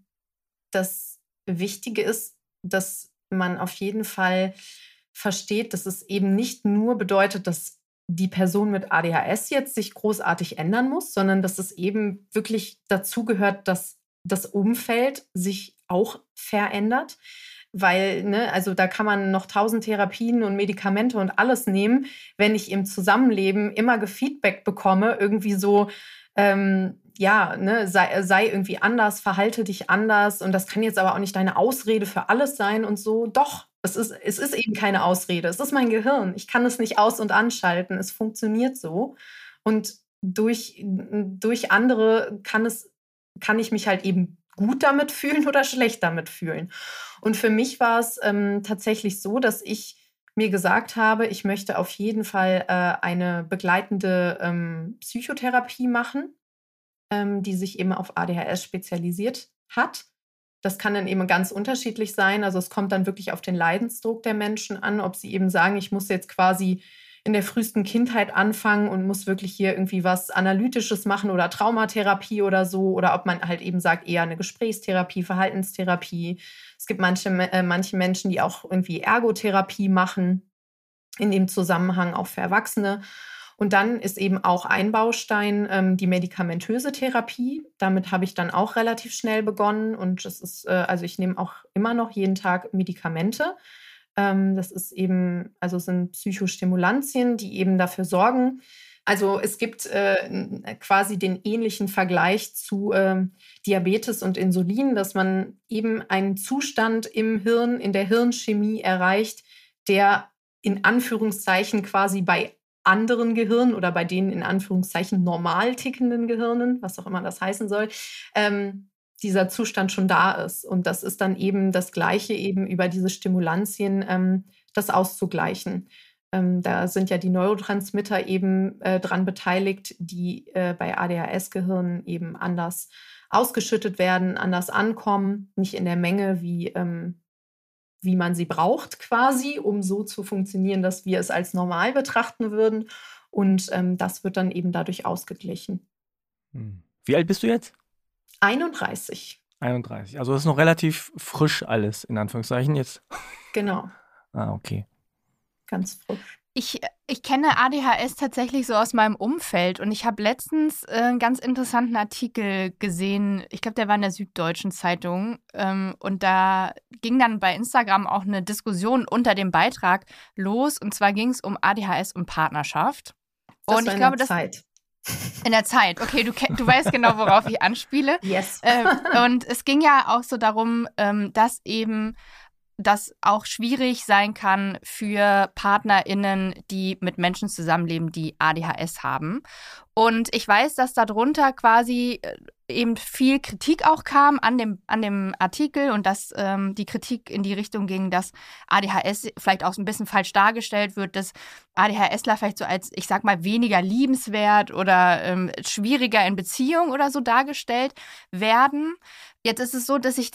[SPEAKER 4] das Wichtige ist, dass man auf jeden Fall versteht, dass es eben nicht nur bedeutet, dass die Person mit A D H S jetzt sich großartig ändern muss, sondern dass es eben wirklich dazu gehört, dass das Umfeld sich auch verändert. Weil, ne, also da kann man noch tausend Therapien und Medikamente und alles nehmen. Wenn ich im Zusammenleben immer Gefeedback bekomme, irgendwie so, ähm, ja, ne, sei, sei irgendwie anders, verhalte dich anders und das kann jetzt aber auch nicht deine Ausrede für alles sein und so. Doch, es ist, es ist eben keine Ausrede. Es ist mein Gehirn. Ich kann es nicht aus- und anschalten. Es funktioniert so. Und durch, durch andere kann es, kann ich mich halt eben gut damit fühlen oder schlecht damit fühlen. Und für mich war es ähm, tatsächlich so, dass ich mir gesagt habe, ich möchte auf jeden Fall äh, eine begleitende ähm, Psychotherapie machen, ähm, die sich eben auf A D H S spezialisiert hat. Das kann dann eben ganz unterschiedlich sein. Also es kommt dann wirklich auf den Leidensdruck der Menschen an, ob sie eben sagen, ich muss jetzt quasi in der frühesten Kindheit anfangen und muss wirklich hier irgendwie was Analytisches machen oder Traumatherapie oder so. Oder ob man halt eben sagt, eher eine Gesprächstherapie, Verhaltenstherapie. Es gibt manche, äh, manche Menschen, die auch irgendwie Ergotherapie machen, in dem Zusammenhang auch für Erwachsene. Und dann ist eben auch ein Baustein ähm, die medikamentöse Therapie. Damit habe ich dann auch relativ schnell begonnen. Und das ist, äh, also ich nehme auch immer noch jeden Tag Medikamente. Ähm, das ist eben, also sind Psychostimulantien, die eben dafür sorgen. Also es gibt äh, quasi den ähnlichen Vergleich zu äh, Diabetes und Insulin, dass man eben einen Zustand im Hirn, in der Hirnchemie erreicht, der in Anführungszeichen quasi bei anderen Gehirnen oder bei denen in Anführungszeichen normal tickenden Gehirnen, was auch immer das heißen soll, ähm, dieser Zustand schon da ist. Und das ist dann eben das Gleiche, eben über diese Stimulantien ähm, das auszugleichen. Ähm, da sind ja die Neurotransmitter eben äh, dran beteiligt, die äh, bei A D H S-Gehirnen eben anders ausgeschüttet werden, anders ankommen, nicht in der Menge, wie, ähm, wie man sie braucht quasi, um so zu funktionieren, dass wir es als normal betrachten würden. Und ähm, das wird dann eben dadurch ausgeglichen.
[SPEAKER 2] Hm. Wie alt bist du jetzt?
[SPEAKER 4] einunddreißig.
[SPEAKER 2] einunddreißig. Also das ist noch relativ frisch alles, in Anführungszeichen jetzt.
[SPEAKER 4] Genau,
[SPEAKER 2] Ah, okay.
[SPEAKER 4] ganz frisch.
[SPEAKER 3] Ich, ich kenne A D H S tatsächlich so aus meinem Umfeld und ich habe letztens äh, einen ganz interessanten Artikel gesehen. Ich glaube, der war in der Süddeutschen Zeitung ähm, und da ging dann bei Instagram auch eine Diskussion unter dem Beitrag los und zwar ging es um A D H S und Partnerschaft.
[SPEAKER 4] Das
[SPEAKER 3] und
[SPEAKER 4] war
[SPEAKER 3] ich
[SPEAKER 4] in
[SPEAKER 3] glaube,
[SPEAKER 4] der
[SPEAKER 3] das
[SPEAKER 4] Zeit.
[SPEAKER 3] in der Zeit. Okay, du, ke- du weißt genau, worauf ich anspiele.
[SPEAKER 4] Yes.
[SPEAKER 3] Ähm, und es ging ja auch so darum, ähm, dass eben das auch schwierig sein kann für PartnerInnen, die mit Menschen zusammenleben, die A D H S haben. Und ich weiß, dass darunter quasi eben viel Kritik auch kam an dem, an dem Artikel und dass ähm, die Kritik in die Richtung ging, dass A D H S vielleicht auch so ein bisschen falsch dargestellt wird, dass ADHSler vielleicht so als, ich sag mal, weniger liebenswert oder ähm, schwieriger in Beziehung oder so dargestellt werden. Jetzt ist es so, dass ich das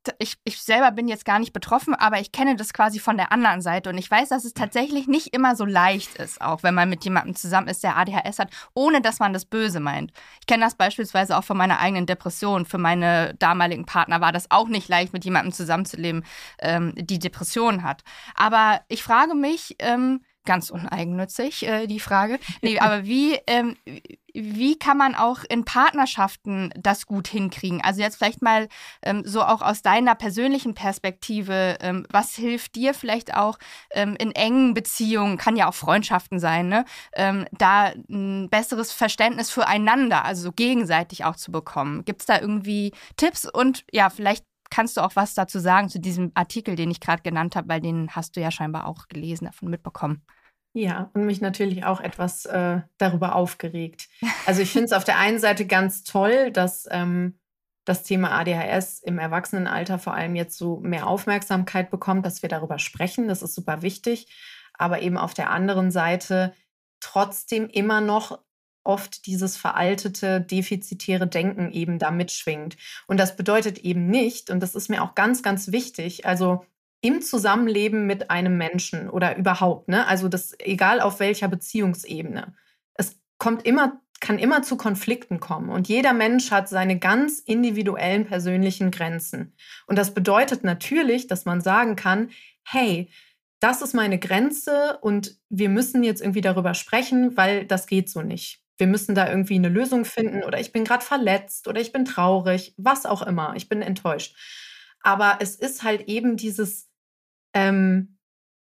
[SPEAKER 3] ich, ich selber bin jetzt gar nicht betroffen, aber ich kenne das quasi von der anderen Seite und ich weiß, dass es tatsächlich nicht immer so leicht ist, auch wenn man mit jemandem zusammen ist, der A D H S hat, ohne dass man das Böse meint. Ich kenne das beispielsweise auch von meiner eigenen Depression. Für meine damaligen Partner war das auch nicht leicht, mit jemandem zusammenzuleben, ähm, die Depression hat. Aber ich frage mich, ähm, ganz uneigennützig, äh, die Frage. Nee, aber wie, ähm, wie kann man auch in Partnerschaften das gut hinkriegen? Also jetzt vielleicht mal ähm, so auch aus deiner persönlichen Perspektive, ähm, was hilft dir vielleicht auch ähm, in engen Beziehungen, kann ja auch Freundschaften sein, ne? Ähm, da ein besseres Verständnis füreinander, also so gegenseitig auch zu bekommen. Gibt es da irgendwie Tipps? Und ja, vielleicht kannst du auch was dazu sagen zu diesem Artikel, den ich gerade genannt habe, weil den hast du ja scheinbar auch gelesen, davon mitbekommen.
[SPEAKER 4] Ja, und mich natürlich auch etwas äh, darüber aufgeregt. Also ich finde es auf der einen Seite ganz toll, dass ähm, das Thema A D H S im Erwachsenenalter vor allem jetzt so mehr Aufmerksamkeit bekommt, dass wir darüber sprechen. Das ist super wichtig. Aber eben auf der anderen Seite trotzdem immer noch oft dieses veraltete, defizitäre Denken eben da mitschwingt. Und das bedeutet eben nicht, und das ist mir auch ganz, ganz wichtig, also im Zusammenleben mit einem Menschen oder überhaupt, ne? Also das, egal auf welcher Beziehungsebene. Es kommt immer, kann immer zu Konflikten kommen. Und jeder Mensch hat seine ganz individuellen persönlichen Grenzen. Und das bedeutet natürlich, dass man sagen kann, hey, das ist meine Grenze und wir müssen jetzt irgendwie darüber sprechen, weil das geht so nicht. Wir müssen da irgendwie eine Lösung finden oder ich bin gerade verletzt oder ich bin traurig, was auch immer, ich bin enttäuscht. Aber es ist halt eben dieses, ähm,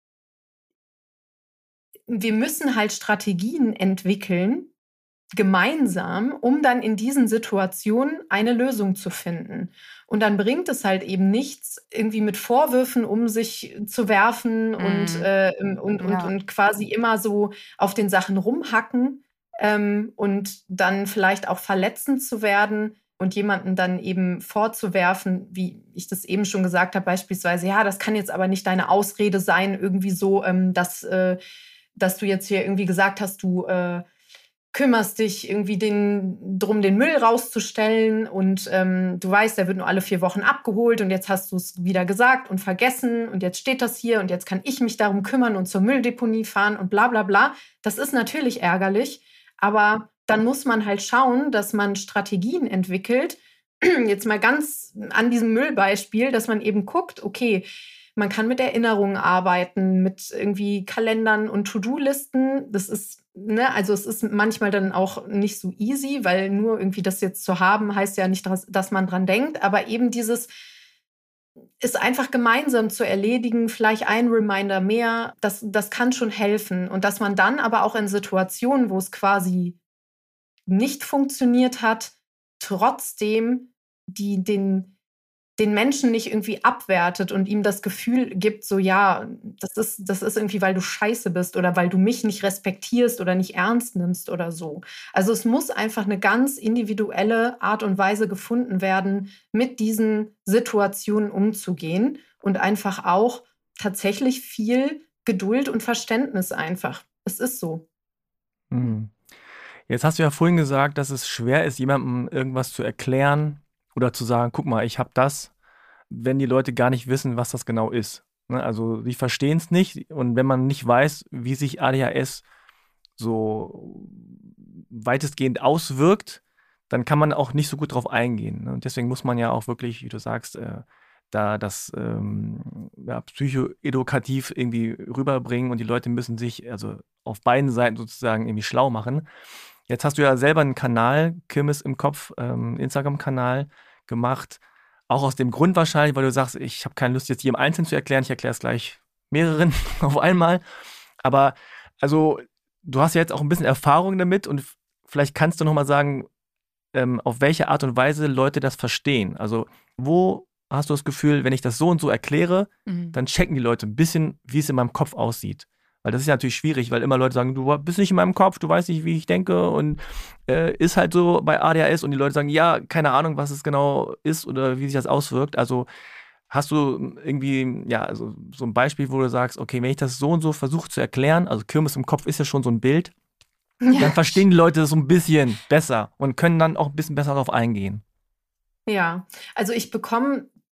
[SPEAKER 4] wir müssen halt Strategien entwickeln, gemeinsam, um dann in diesen Situationen eine Lösung zu finden. Und dann bringt es halt eben nichts, irgendwie mit Vorwürfen um sich zu werfen mm. und, äh, und, und, ja. und quasi immer so auf den Sachen rumhacken, Ähm, und dann vielleicht auch verletzend zu werden und jemanden dann eben vorzuwerfen, wie ich das eben schon gesagt habe, beispielsweise, ja, das kann jetzt aber nicht deine Ausrede sein, irgendwie so, ähm, dass, äh, dass du jetzt hier irgendwie gesagt hast, du äh, kümmerst dich irgendwie den, drum, den Müll rauszustellen und ähm, du weißt, der wird nur alle vier Wochen abgeholt und jetzt hast du es wieder gesagt und vergessen und jetzt steht das hier und jetzt kann ich mich darum kümmern und zur Mülldeponie fahren und bla bla bla. Das ist natürlich ärgerlich. Aber dann muss man halt schauen, dass man Strategien entwickelt, jetzt mal ganz an diesem Müllbeispiel, dass man eben guckt, okay, man kann mit Erinnerungen arbeiten, mit irgendwie Kalendern und To-Do-Listen. Das ist, ne, also es ist manchmal dann auch nicht so easy, weil nur irgendwie das jetzt zu haben, heißt ja nicht, dass, dass man dran denkt, aber eben dieses ist einfach gemeinsam zu erledigen, vielleicht ein Reminder mehr, das, das kann schon helfen. Und dass man dann aber auch in Situationen, wo es quasi nicht funktioniert hat, trotzdem die, den, den Menschen nicht irgendwie abwertet und ihm das Gefühl gibt, so ja, das ist, das ist irgendwie, weil du scheiße bist oder weil du mich nicht respektierst oder nicht ernst nimmst oder so. Also es muss einfach eine ganz individuelle Art und Weise gefunden werden, mit diesen Situationen umzugehen und einfach auch tatsächlich viel Geduld und Verständnis einfach. Es ist so.
[SPEAKER 2] Hm. Jetzt hast du ja vorhin gesagt, dass es schwer ist, jemandem irgendwas zu erklären oder zu sagen, guck mal, ich habe das, wenn die Leute gar nicht wissen, was das genau ist. Ne? Also sie verstehen es nicht und wenn man nicht weiß, wie sich A D H S so weitestgehend auswirkt, dann kann man auch nicht so gut drauf eingehen. Ne? Und deswegen muss man ja auch wirklich, wie du sagst, äh, da das ähm, ja, psychoedukativ irgendwie rüberbringen und die Leute müssen sich also auf beiden Seiten sozusagen irgendwie schlau machen. Jetzt hast du ja selber einen Kanal, Kirmes im Kopf, ähm, Instagram-Kanal gemacht. Auch aus dem Grund wahrscheinlich, weil du sagst, ich habe keine Lust, jetzt jedem einzeln zu erklären. Ich erkläre es gleich mehreren auf einmal. Aber also du hast ja jetzt auch ein bisschen Erfahrung damit und vielleicht kannst du nochmal sagen, ähm, auf welche Art und Weise Leute das verstehen. Also wo hast du das Gefühl, wenn ich das so und so erkläre, mhm. dann checken die Leute ein bisschen, wie es in meinem Kopf aussieht. Weil das ist ja natürlich schwierig, weil immer Leute sagen, du bist nicht in meinem Kopf, du weißt nicht, wie ich denke und äh, ist halt so bei A D H S und die Leute sagen, ja, keine Ahnung, was es genau ist oder wie sich das auswirkt. Also hast du irgendwie, ja, also so ein Beispiel, wo du sagst, okay, wenn ich das so und so versuche zu erklären, also Kirmes im Kopf ist ja schon so ein Bild, ja. Dann verstehen die Leute das so ein bisschen besser und können dann auch ein bisschen besser darauf eingehen.
[SPEAKER 4] Ja, also ich bekomme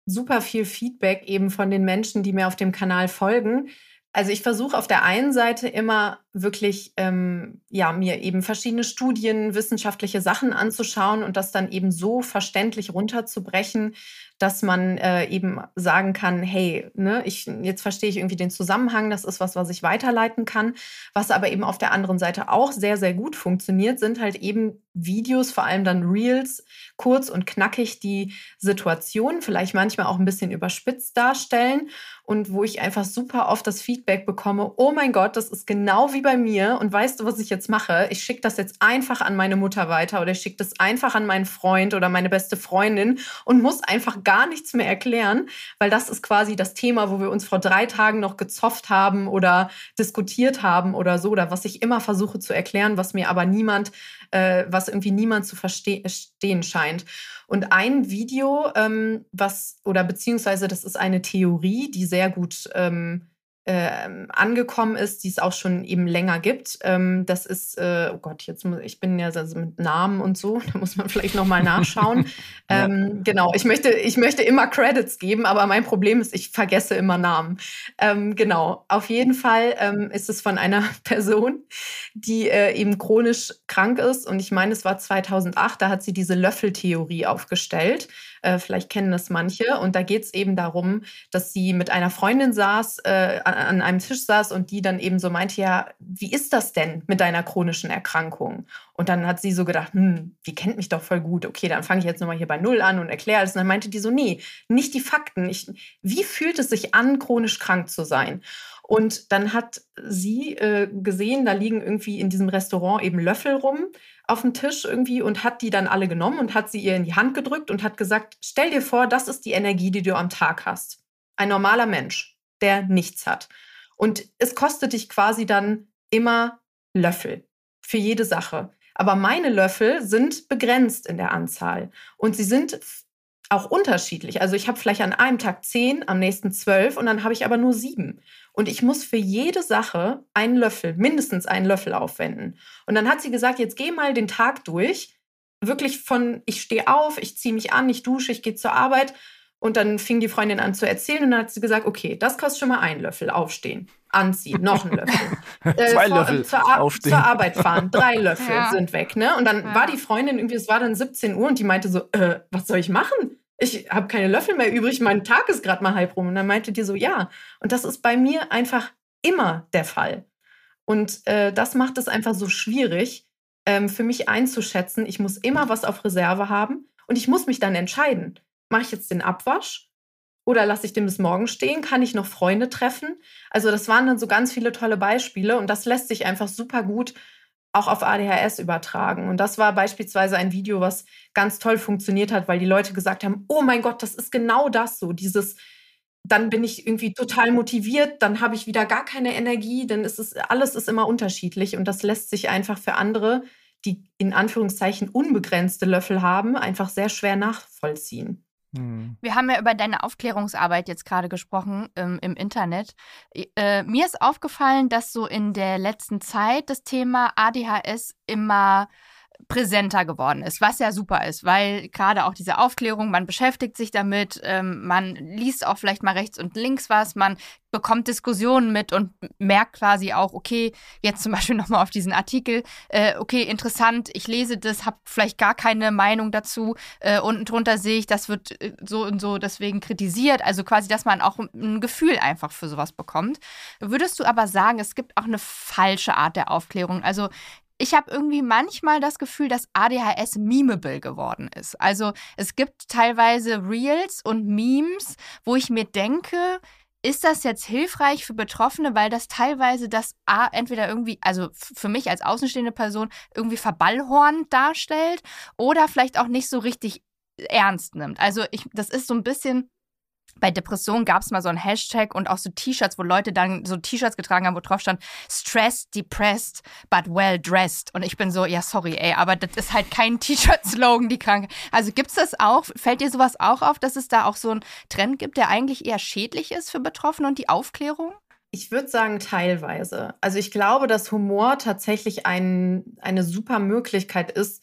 [SPEAKER 4] super viel Feedback eben von den Menschen, die mir auf dem Kanal folgen. Also ich versuche auf der einen Seite immer wirklich, ähm, ja, mir eben verschiedene Studien, wissenschaftliche Sachen anzuschauen und das dann eben so verständlich runterzubrechen, dass man äh, eben sagen kann, hey, ne, ich, jetzt verstehe ich irgendwie den Zusammenhang, das ist was, was ich weiterleiten kann. Was aber eben auf der anderen Seite auch sehr, sehr gut funktioniert, sind halt eben Videos, vor allem dann Reels, kurz und knackig die Situation, vielleicht manchmal auch ein bisschen überspitzt darstellen und wo ich einfach super oft das Feedback bekomme, oh mein Gott, das ist genau wie bei mir und weißt du, was ich jetzt mache? Ich schicke das jetzt einfach an meine Mutter weiter oder ich schicke das einfach an meinen Freund oder meine beste Freundin und muss einfach gar nichts mehr erklären, weil das ist quasi das Thema, wo wir uns vor drei Tagen noch gezofft haben oder diskutiert haben oder so, oder was ich immer versuche zu erklären, was mir aber niemand, äh, was irgendwie niemand zu verstehen scheint. Und ein Video, ähm, was, oder beziehungsweise das ist eine Theorie, die sehr gut ähm, äh, angekommen ist, die es auch schon eben länger gibt. Ähm, das ist, äh, oh Gott, jetzt muss, ich bin ja so mit Namen und so, da muss man vielleicht nochmal nachschauen. ja. ähm, genau, ich möchte, ich möchte immer Credits geben, aber mein Problem ist, ich vergesse immer Namen. Ähm, genau, auf jeden Fall ähm, ist es von einer Person, die äh, eben chronisch krank ist. Und ich meine, es war zweitausendacht, da hat sie diese Löffeltheorie aufgestellt. Äh, vielleicht kennen das manche. Und da geht es eben darum, dass sie mit einer Freundin saß, äh, an, an einem Tisch saß und die dann eben so meinte, ja, wie ist das denn mit deiner chronischen Erkrankung? Und dann hat sie so gedacht, hm, die kennt mich doch voll gut. Okay, dann fange ich jetzt nochmal hier bei Null an und erkläre alles. Und dann meinte die so, nee, nicht die Fakten. Ich, wie fühlt es sich an, chronisch krank zu sein? Und dann hat sie äh, gesehen, da liegen irgendwie in diesem Restaurant eben Löffel rum auf dem Tisch irgendwie und hat die dann alle genommen und hat sie ihr in die Hand gedrückt und hat gesagt, stell dir vor, das ist die Energie, die du am Tag hast. Ein normaler Mensch, der nichts hat. Und es kostet dich quasi dann immer Löffel für jede Sache. Aber meine Löffel sind begrenzt in der Anzahl und sie sind auch unterschiedlich. Also ich habe vielleicht an einem Tag zehn, am nächsten zwölf und dann habe ich aber nur sieben. Und ich muss für jede Sache einen Löffel, mindestens einen Löffel aufwenden. Und dann hat sie gesagt, jetzt geh mal den Tag durch. Wirklich von, ich stehe auf, ich ziehe mich an, ich dusche, ich gehe zur Arbeit. Und dann fing die Freundin an zu erzählen und dann hat sie gesagt, okay, das kostet schon mal einen Löffel, aufstehen, anziehen, noch einen Löffel.
[SPEAKER 2] äh, Zwei
[SPEAKER 4] vor,
[SPEAKER 2] Löffel,
[SPEAKER 4] zur, Ar-
[SPEAKER 2] aufstehen.
[SPEAKER 4] zur Arbeit fahren, drei Löffel
[SPEAKER 3] ja.
[SPEAKER 4] sind weg. Ne? Und dann
[SPEAKER 3] ja.
[SPEAKER 4] war die Freundin irgendwie, es war dann siebzehn Uhr und die meinte so, äh, was soll ich machen? Ich habe keine Löffel mehr übrig, mein Tag ist gerade mal halb rum. Und dann meinte die so, ja. Und das ist bei mir einfach immer der Fall. Und äh, das macht es einfach so schwierig, ähm, für mich einzuschätzen. Ich muss immer was auf Reserve haben und ich muss mich dann entscheiden. Mache ich jetzt den Abwasch oder lasse ich den bis morgen stehen? Kann ich noch Freunde treffen? Also das waren dann so ganz viele tolle Beispiele und das lässt sich einfach super gut auch auf A D H S übertragen. Und das war beispielsweise ein Video, was ganz toll funktioniert hat, weil die Leute gesagt haben, oh mein Gott, das ist genau das so, dieses, dann bin ich irgendwie total motiviert, dann habe ich wieder gar keine Energie, dann ist es, alles ist immer unterschiedlich und das lässt sich einfach für andere, die in Anführungszeichen unbegrenzte Löffel haben, einfach sehr schwer nachvollziehen.
[SPEAKER 3] Wir haben ja über deine Aufklärungsarbeit jetzt gerade gesprochen ähm, im Internet. Äh, mir ist aufgefallen, dass so in der letzten Zeit das Thema A D H S immer präsenter geworden ist, was ja super ist, weil gerade auch diese Aufklärung, man beschäftigt sich damit, ähm, man liest auch vielleicht mal rechts und links was, man bekommt Diskussionen mit und merkt quasi auch, okay, jetzt zum Beispiel nochmal auf diesen Artikel, äh, okay, interessant, ich lese das, habe vielleicht gar keine Meinung dazu, äh, unten drunter sehe ich, das wird äh, so und so deswegen kritisiert, also quasi, dass man auch ein Gefühl einfach für sowas bekommt. Würdest du aber sagen, es gibt auch eine falsche Art der Aufklärung, also ich habe irgendwie manchmal das Gefühl, dass A D H S memeable geworden ist. Also es gibt teilweise Reels und Memes, wo ich mir denke, ist das jetzt hilfreich für Betroffene, weil das teilweise das A, entweder irgendwie, also für mich als außenstehende Person, irgendwie verballhornend darstellt oder vielleicht auch nicht so richtig ernst nimmt. Also ich, das ist so ein bisschen... Bei Depressionen gab es mal so einen Hashtag und auch so T-Shirts, wo Leute dann so T-Shirts getragen haben, wo drauf stand, stressed, depressed, but well dressed. Und ich bin so, ja, sorry, ey, aber das ist halt kein T-Shirt-Slogan, die Krankheit. Also gibt's das auch? Fällt dir sowas auch auf, dass es da auch so einen Trend gibt, der eigentlich eher schädlich ist für Betroffene und die Aufklärung?
[SPEAKER 4] Ich würde sagen, teilweise. Also ich glaube, dass Humor tatsächlich ein, eine super Möglichkeit ist,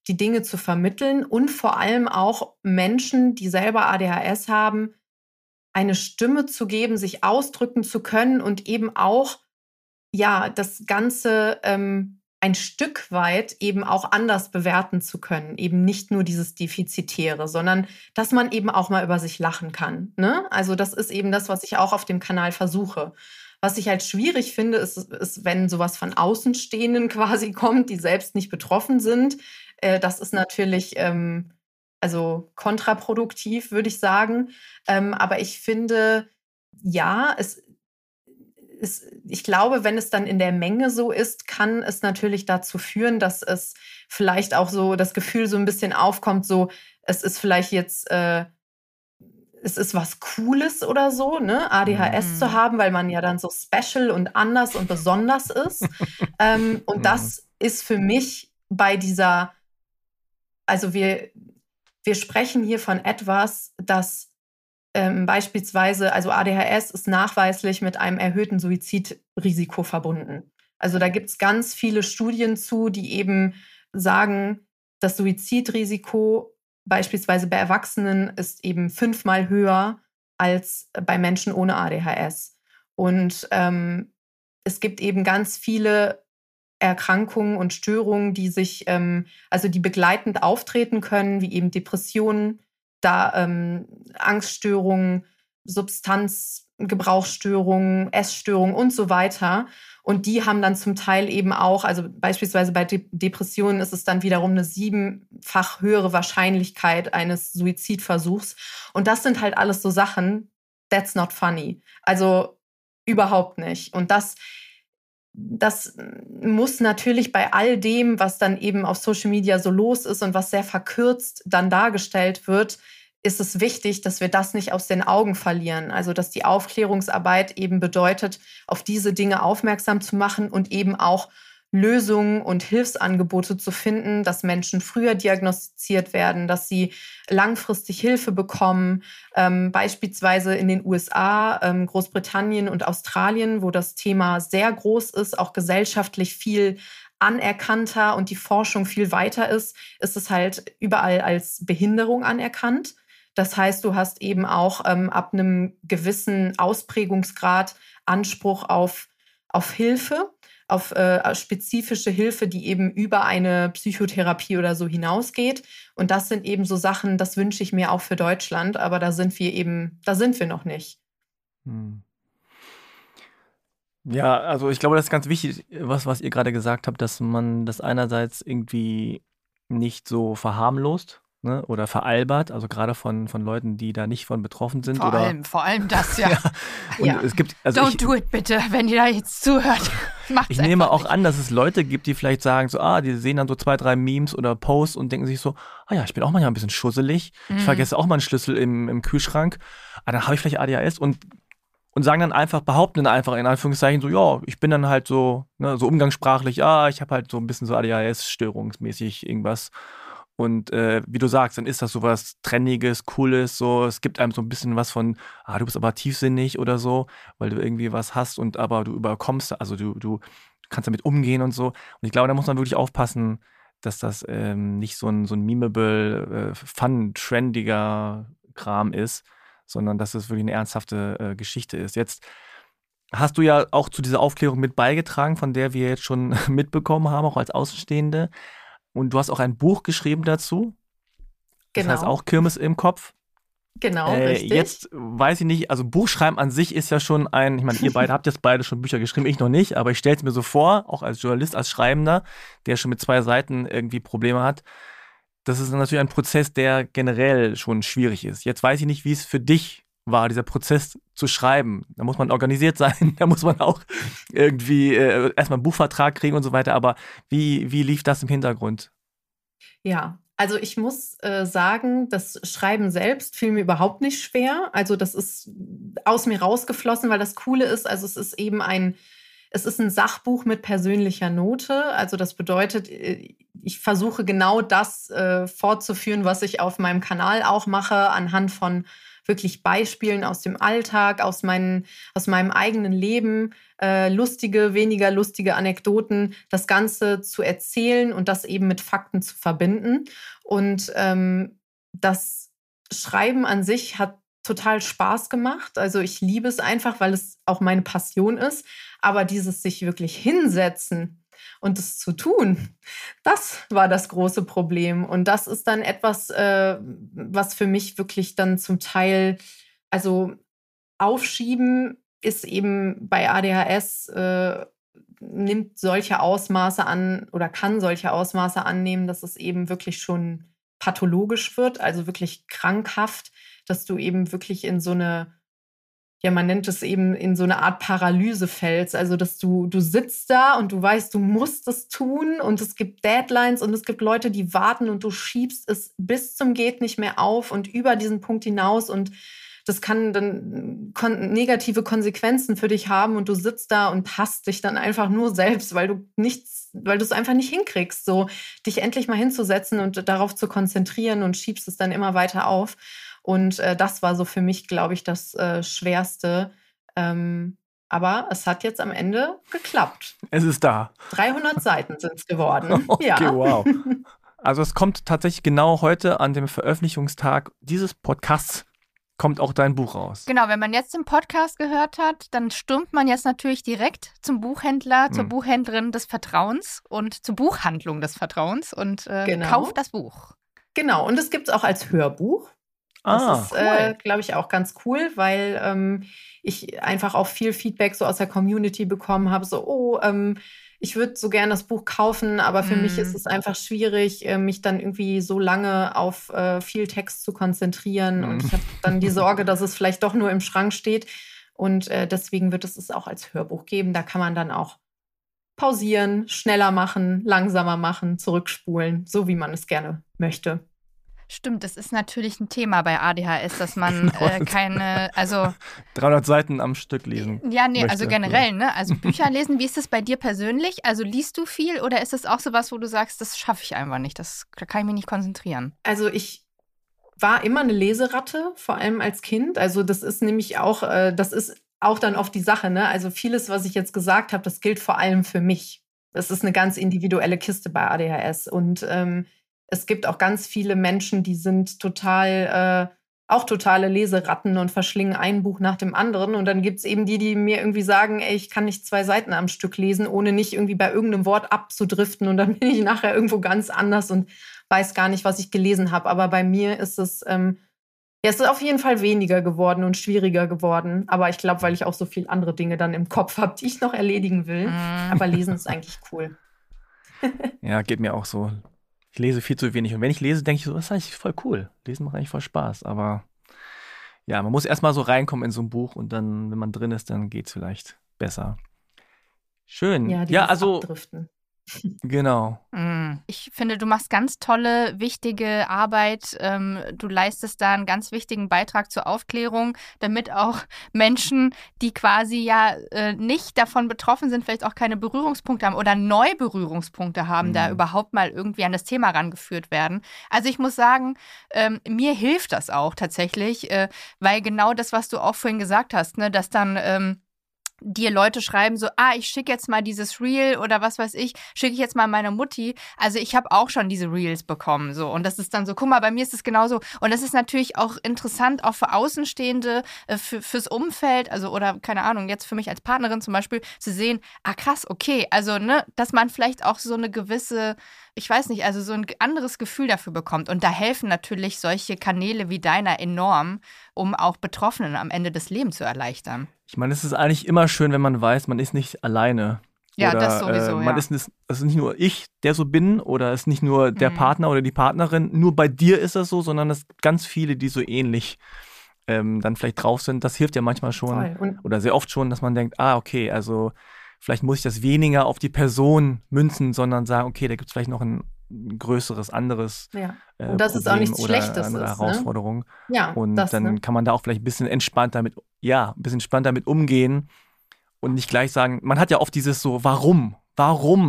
[SPEAKER 4] die Dinge zu vermitteln und vor allem auch Menschen, die selber A D H S haben, eine Stimme zu geben, sich ausdrücken zu können und eben auch ja das Ganze ähm, ein Stück weit eben auch anders bewerten zu können. Eben nicht nur dieses Defizitäre, sondern dass man eben auch mal über sich lachen kann. Ne? Also das ist eben das, was ich auch auf dem Kanal versuche. Was ich halt schwierig finde, ist, ist, wenn sowas von Außenstehenden quasi kommt, die selbst nicht betroffen sind. Äh, das ist natürlich ähm, also kontraproduktiv, würde ich sagen. Ähm, aber ich finde, ja, es ist, ich glaube, wenn es dann in der Menge so ist, kann es natürlich dazu führen, dass es vielleicht auch so das Gefühl so ein bisschen aufkommt, so es ist vielleicht jetzt äh, es ist was Cooles oder so, ne, A D H S
[SPEAKER 3] Mhm.
[SPEAKER 4] zu haben, weil man ja dann so special und anders und besonders ist. ähm, und
[SPEAKER 2] Mhm.
[SPEAKER 4] das ist für mich bei dieser, also wir, wir sprechen hier von etwas, das ähm, beispielsweise, also A D H S ist nachweislich mit einem erhöhten Suizidrisiko verbunden. Also da gibt es ganz viele Studien zu, die eben sagen, das Suizidrisiko beispielsweise bei Erwachsenen ist eben fünfmal höher als bei Menschen ohne A D H S. Und ähm, es gibt eben ganz viele Erkrankungen und Störungen, die sich, ähm, also die begleitend auftreten können, wie eben Depressionen, da ähm, Angststörungen, Substanzgebrauchsstörungen, Essstörungen und so weiter. Und die haben dann zum Teil eben auch, also beispielsweise bei De- Depressionen ist es dann wiederum eine siebenfach höhere Wahrscheinlichkeit eines Suizidversuchs. Und das sind halt alles so Sachen, that's not funny. Also überhaupt nicht. Und das Das muss natürlich bei all dem, was dann eben auf Social Media so los ist und was sehr verkürzt dann dargestellt wird, ist es wichtig, dass wir das nicht aus den Augen verlieren. Also dass die Aufklärungsarbeit eben bedeutet, auf diese Dinge aufmerksam zu machen und eben auch Lösungen und Hilfsangebote zu finden, dass Menschen früher diagnostiziert werden, dass sie langfristig Hilfe bekommen, ähm, beispielsweise in den U S A, ähm, Großbritannien und Australien, wo das Thema sehr groß ist, auch gesellschaftlich viel anerkannter und die Forschung viel weiter ist, ist es halt überall als Behinderung anerkannt. Das heißt, du hast eben auch ähm, ab einem gewissen Ausprägungsgrad Anspruch auf, auf Hilfe, auf äh, spezifische Hilfe, die eben über eine Psychotherapie oder so hinausgeht. Und das sind eben so Sachen, das wünsche ich mir auch für Deutschland, aber da sind wir eben, da sind wir noch nicht.
[SPEAKER 2] Hm. Ja, also ich glaube, das ist ganz wichtig, was, was ihr gerade gesagt habt, dass man das einerseits irgendwie nicht so verharmlost, ne, oder veralbert, also gerade von, von Leuten, die da nicht von betroffen sind.
[SPEAKER 3] Vor
[SPEAKER 2] oder
[SPEAKER 3] allem, vor allem das, ja.
[SPEAKER 2] Ja. Und
[SPEAKER 4] Ja.
[SPEAKER 2] es gibt, also
[SPEAKER 3] Don't
[SPEAKER 2] ich,
[SPEAKER 3] do it bitte, wenn ihr da jetzt zuhört. Macht's
[SPEAKER 2] ich nehme
[SPEAKER 3] einfach
[SPEAKER 2] auch
[SPEAKER 3] nicht.
[SPEAKER 2] an, dass es Leute gibt, die vielleicht sagen, so, ah, die sehen dann so zwei, drei Memes oder Posts und denken sich so, ah ja, ich bin auch manchmal ein bisschen schusselig,
[SPEAKER 3] Mhm.
[SPEAKER 2] ich vergesse auch mal einen Schlüssel im, im Kühlschrank, ah, dann habe ich vielleicht A D H S und und sagen dann einfach, behaupten dann einfach in Anführungszeichen so, ja, ich bin dann halt so, ne, so umgangssprachlich, ah, ich habe halt so ein bisschen so A D H S-störungsmäßig irgendwas. Und äh, wie du sagst, dann ist das so was Trendiges, Cooles, so, es gibt einem so ein bisschen was von, ah, du bist aber tiefsinnig oder so, weil du irgendwie was hast und aber du überkommst, also du, du kannst damit umgehen und so. Und ich glaube, da muss man wirklich aufpassen, dass das ähm, nicht so ein, so ein memeable, äh, fun, trendiger Kram ist, sondern dass es wirklich eine ernsthafte äh, Geschichte ist. Jetzt hast du ja auch zu dieser Aufklärung mit beigetragen, von der wir jetzt schon mitbekommen haben, auch als Außenstehende. Und du hast auch ein Buch geschrieben dazu. Das
[SPEAKER 4] Genau.
[SPEAKER 2] heißt auch Kirmes im Kopf.
[SPEAKER 4] Genau,
[SPEAKER 2] Äh,
[SPEAKER 4] richtig.
[SPEAKER 2] jetzt weiß ich nicht, also Buchschreiben an sich ist ja schon ein, ich meine, ihr beide habt jetzt beide schon Bücher geschrieben, ich noch nicht, aber ich stelle es mir so vor, auch als Journalist, als Schreibender, der schon mit zwei Seiten irgendwie Probleme hat. Das ist natürlich ein Prozess, der generell schon schwierig ist. Jetzt weiß ich nicht, wie es für dich war, dieser Prozess zu schreiben. Da muss man organisiert sein, da muss man auch irgendwie äh, erstmal einen Buchvertrag kriegen und so weiter. Aber wie, wie lief das im Hintergrund?
[SPEAKER 4] Ja, also ich muss äh, sagen, das Schreiben selbst fiel mir überhaupt nicht schwer. Also das ist aus mir rausgeflossen, weil das Coole ist, also es ist eben ein, es ist ein Sachbuch mit persönlicher Note. Also das bedeutet, äh, ich versuche genau das äh, fortzuführen, was ich auf meinem Kanal auch mache, anhand von wirklich Beispielen aus dem Alltag, aus, meinen, aus meinem eigenen Leben, äh, lustige, weniger lustige Anekdoten, das Ganze zu erzählen und das eben mit Fakten zu verbinden. Und ähm, das Schreiben an sich hat total Spaß gemacht. Also ich liebe es einfach, weil es auch meine Passion ist. Aber dieses sich wirklich hinsetzen und es zu tun, das war das große Problem. Und das ist dann etwas, äh, was für mich wirklich dann zum Teil, also Aufschieben ist eben bei A D H S, äh, nimmt solche Ausmaße an oder kann solche Ausmaße annehmen, dass es eben wirklich schon pathologisch wird, also wirklich krankhaft, dass du eben wirklich in so eine, ja, man nennt es eben in so eine Art Paralyse fällst, also dass du, du sitzt da und du weißt, du musst es tun und es gibt Deadlines und es gibt Leute, die warten und du schiebst es bis zum geht nicht mehr auf und über diesen Punkt hinaus und das kann dann kon- negative Konsequenzen für dich haben und du sitzt da und hasst dich dann einfach nur selbst, weil du nichts, weil du es einfach nicht hinkriegst, so dich endlich mal hinzusetzen und darauf zu konzentrieren und schiebst es dann immer weiter auf. Und äh, das war so für mich, glaube ich, das äh, Schwerste. Ähm, aber es hat jetzt am Ende geklappt.
[SPEAKER 2] Es ist da.
[SPEAKER 4] dreihundert Seiten sind es geworden.
[SPEAKER 2] Okay,
[SPEAKER 4] ja.
[SPEAKER 2] Wow. Also es kommt tatsächlich genau heute an dem Veröffentlichungstag dieses Podcasts kommt auch dein Buch raus.
[SPEAKER 3] Genau, wenn man jetzt den Podcast gehört hat, dann stürmt man jetzt natürlich direkt zum Buchhändler, zur
[SPEAKER 2] Hm.
[SPEAKER 3] Buchhändlerin des Vertrauens und zur Buchhandlung des Vertrauens und äh,
[SPEAKER 4] Genau.
[SPEAKER 3] kauft das Buch.
[SPEAKER 4] Genau, und es gibt es auch als Hörbuch. Das
[SPEAKER 2] Ah,
[SPEAKER 4] ist, äh, glaube ich, auch ganz cool, weil ähm, ich einfach auch viel Feedback so aus der Community bekommen habe, so, oh, ähm, ich würde so gern das Buch kaufen, aber für
[SPEAKER 3] Mm.
[SPEAKER 4] mich ist es einfach schwierig, äh, mich dann irgendwie so lange auf äh, viel Text zu konzentrieren.
[SPEAKER 2] Mm.
[SPEAKER 4] Und ich habe dann die Sorge, dass es vielleicht doch nur im Schrank steht. Und äh, deswegen wird es es auch als Hörbuch geben. Da kann man dann auch pausieren, schneller machen, langsamer machen, zurückspulen, so wie man es gerne möchte.
[SPEAKER 3] Stimmt, das ist natürlich ein Thema bei A D H S, dass man
[SPEAKER 2] Genau.
[SPEAKER 3] äh, keine, also
[SPEAKER 2] dreihundert Seiten am Stück lesen.
[SPEAKER 3] ja, nee,
[SPEAKER 2] möchte.
[SPEAKER 3] also generell, ne? Also Bücher lesen, wie ist das bei dir persönlich? Also liest du viel oder ist es auch sowas, wo du sagst, das schaffe ich einfach nicht, das, da kann ich mich nicht konzentrieren?
[SPEAKER 4] Also ich war immer eine Leseratte, vor allem als Kind. Also das ist nämlich auch, äh, das ist auch dann oft die Sache, ne? Also vieles, was ich jetzt gesagt habe, das gilt vor allem für mich. Das ist eine ganz individuelle Kiste bei A D H S. Und ähm, es gibt auch ganz viele Menschen, die sind total, äh, auch totale Leseratten und verschlingen ein Buch nach dem anderen. Und dann gibt es eben die, die mir irgendwie sagen, ey, ich kann nicht zwei Seiten am Stück lesen, ohne nicht irgendwie bei irgendeinem Wort abzudriften. Und dann bin ich nachher irgendwo ganz anders und weiß gar nicht, was ich gelesen habe. Aber bei mir ist es, ähm, ja, es ist auf jeden Fall weniger geworden und schwieriger geworden. Aber ich glaube, weil ich auch so viele andere Dinge dann im Kopf habe, die ich noch erledigen will.
[SPEAKER 3] Mm.
[SPEAKER 4] Aber lesen ist eigentlich cool.
[SPEAKER 2] Ja, geht mir auch so. Ich lese viel zu wenig. Und wenn ich lese, denke ich so, das ist eigentlich voll cool. Lesen macht eigentlich voll Spaß. Aber ja, man muss erstmal so reinkommen in so ein Buch und dann, wenn man drin ist, dann geht es vielleicht besser. Schön.
[SPEAKER 4] Ja,
[SPEAKER 2] Ja,
[SPEAKER 4] dieses
[SPEAKER 2] also,
[SPEAKER 4] Abdriften.
[SPEAKER 2] genau.
[SPEAKER 3] Mm. Ich finde, du machst ganz tolle, wichtige Arbeit. Ähm, du leistest da einen ganz wichtigen Beitrag zur Aufklärung, damit auch Menschen, die quasi ja äh, nicht davon betroffen sind, vielleicht auch keine Berührungspunkte haben oder Neuberührungspunkte haben,
[SPEAKER 2] Mhm.
[SPEAKER 3] da überhaupt mal irgendwie an das Thema rangeführt werden. Also ich muss sagen, ähm, mir hilft das auch tatsächlich, äh, weil genau das, was du auch vorhin gesagt hast, ne, dass dann ähm, dir Leute schreiben so, ah, ich schicke jetzt mal dieses Reel oder was weiß ich, schicke ich jetzt mal meiner Mutti. Also ich habe auch schon diese Reels bekommen so und das ist dann so, guck mal, bei mir ist es genauso und das ist natürlich auch interessant, auch für Außenstehende, äh, für, fürs Umfeld, also oder keine Ahnung, jetzt für mich als Partnerin zum Beispiel, zu sehen, ah krass, okay, also ne, dass man vielleicht auch so eine gewisse, ich weiß nicht, also so ein anderes Gefühl dafür bekommt und da helfen natürlich solche Kanäle wie deiner enorm, um auch Betroffenen am Ende das Leben zu erleichtern.
[SPEAKER 2] Ich meine, es ist eigentlich immer schön, wenn man weiß, man ist nicht alleine.
[SPEAKER 3] Ja,
[SPEAKER 2] oder,
[SPEAKER 3] das sowieso,
[SPEAKER 2] äh, man
[SPEAKER 3] ja.
[SPEAKER 2] ist nicht, es ist nicht nur ich, der so bin, oder es ist nicht nur der
[SPEAKER 3] Mhm.
[SPEAKER 2] Partner oder die Partnerin, nur bei dir ist das so, sondern es gibt ganz viele, die so ähnlich ähm, dann vielleicht drauf sind. Das hilft ja manchmal schon
[SPEAKER 4] Voll. Und
[SPEAKER 2] oder sehr oft schon, dass man denkt, ah, okay, also vielleicht muss ich das weniger auf die Person münzen, sondern sagen, okay, da gibt es vielleicht noch ein größeres, anderes
[SPEAKER 4] ja.
[SPEAKER 2] äh,
[SPEAKER 4] Und dass es auch
[SPEAKER 2] Problem
[SPEAKER 4] nichts
[SPEAKER 2] oder
[SPEAKER 4] Schlechtes
[SPEAKER 2] eine
[SPEAKER 4] ist, ne?
[SPEAKER 2] Herausforderung.
[SPEAKER 4] Ja,
[SPEAKER 2] Und
[SPEAKER 4] das,
[SPEAKER 2] dann
[SPEAKER 4] ne?
[SPEAKER 2] kann man da auch vielleicht ein bisschen entspannt damit, ja, ein bisschen entspannt damit umgehen und nicht gleich sagen, man hat ja oft dieses so, warum? Warum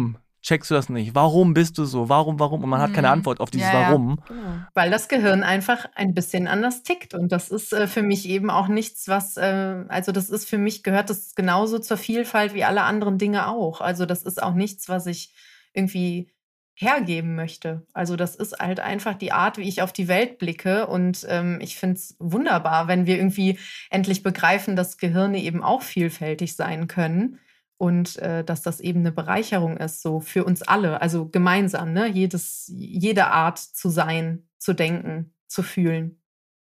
[SPEAKER 2] checkst du das nicht? Warum bist du so? Warum, warum? Und man hat keine Antwort auf dieses
[SPEAKER 3] Ja, ja.
[SPEAKER 2] Warum.
[SPEAKER 4] Genau. Weil das Gehirn einfach ein bisschen anders tickt. Und das ist äh, für mich eben auch nichts, was, äh, also das ist für mich, gehört das genauso zur Vielfalt wie alle anderen Dinge auch. Also das ist auch nichts, was ich irgendwie hergeben möchte. Also das ist halt einfach die Art, wie ich auf die Welt blicke. Und ähm, ich finde es wunderbar, wenn wir irgendwie endlich begreifen, dass Gehirne eben auch vielfältig sein können. Und äh, dass das eben eine Bereicherung ist, so für uns alle, also gemeinsam, ne? Jedes, jede Art zu sein, zu denken, zu fühlen.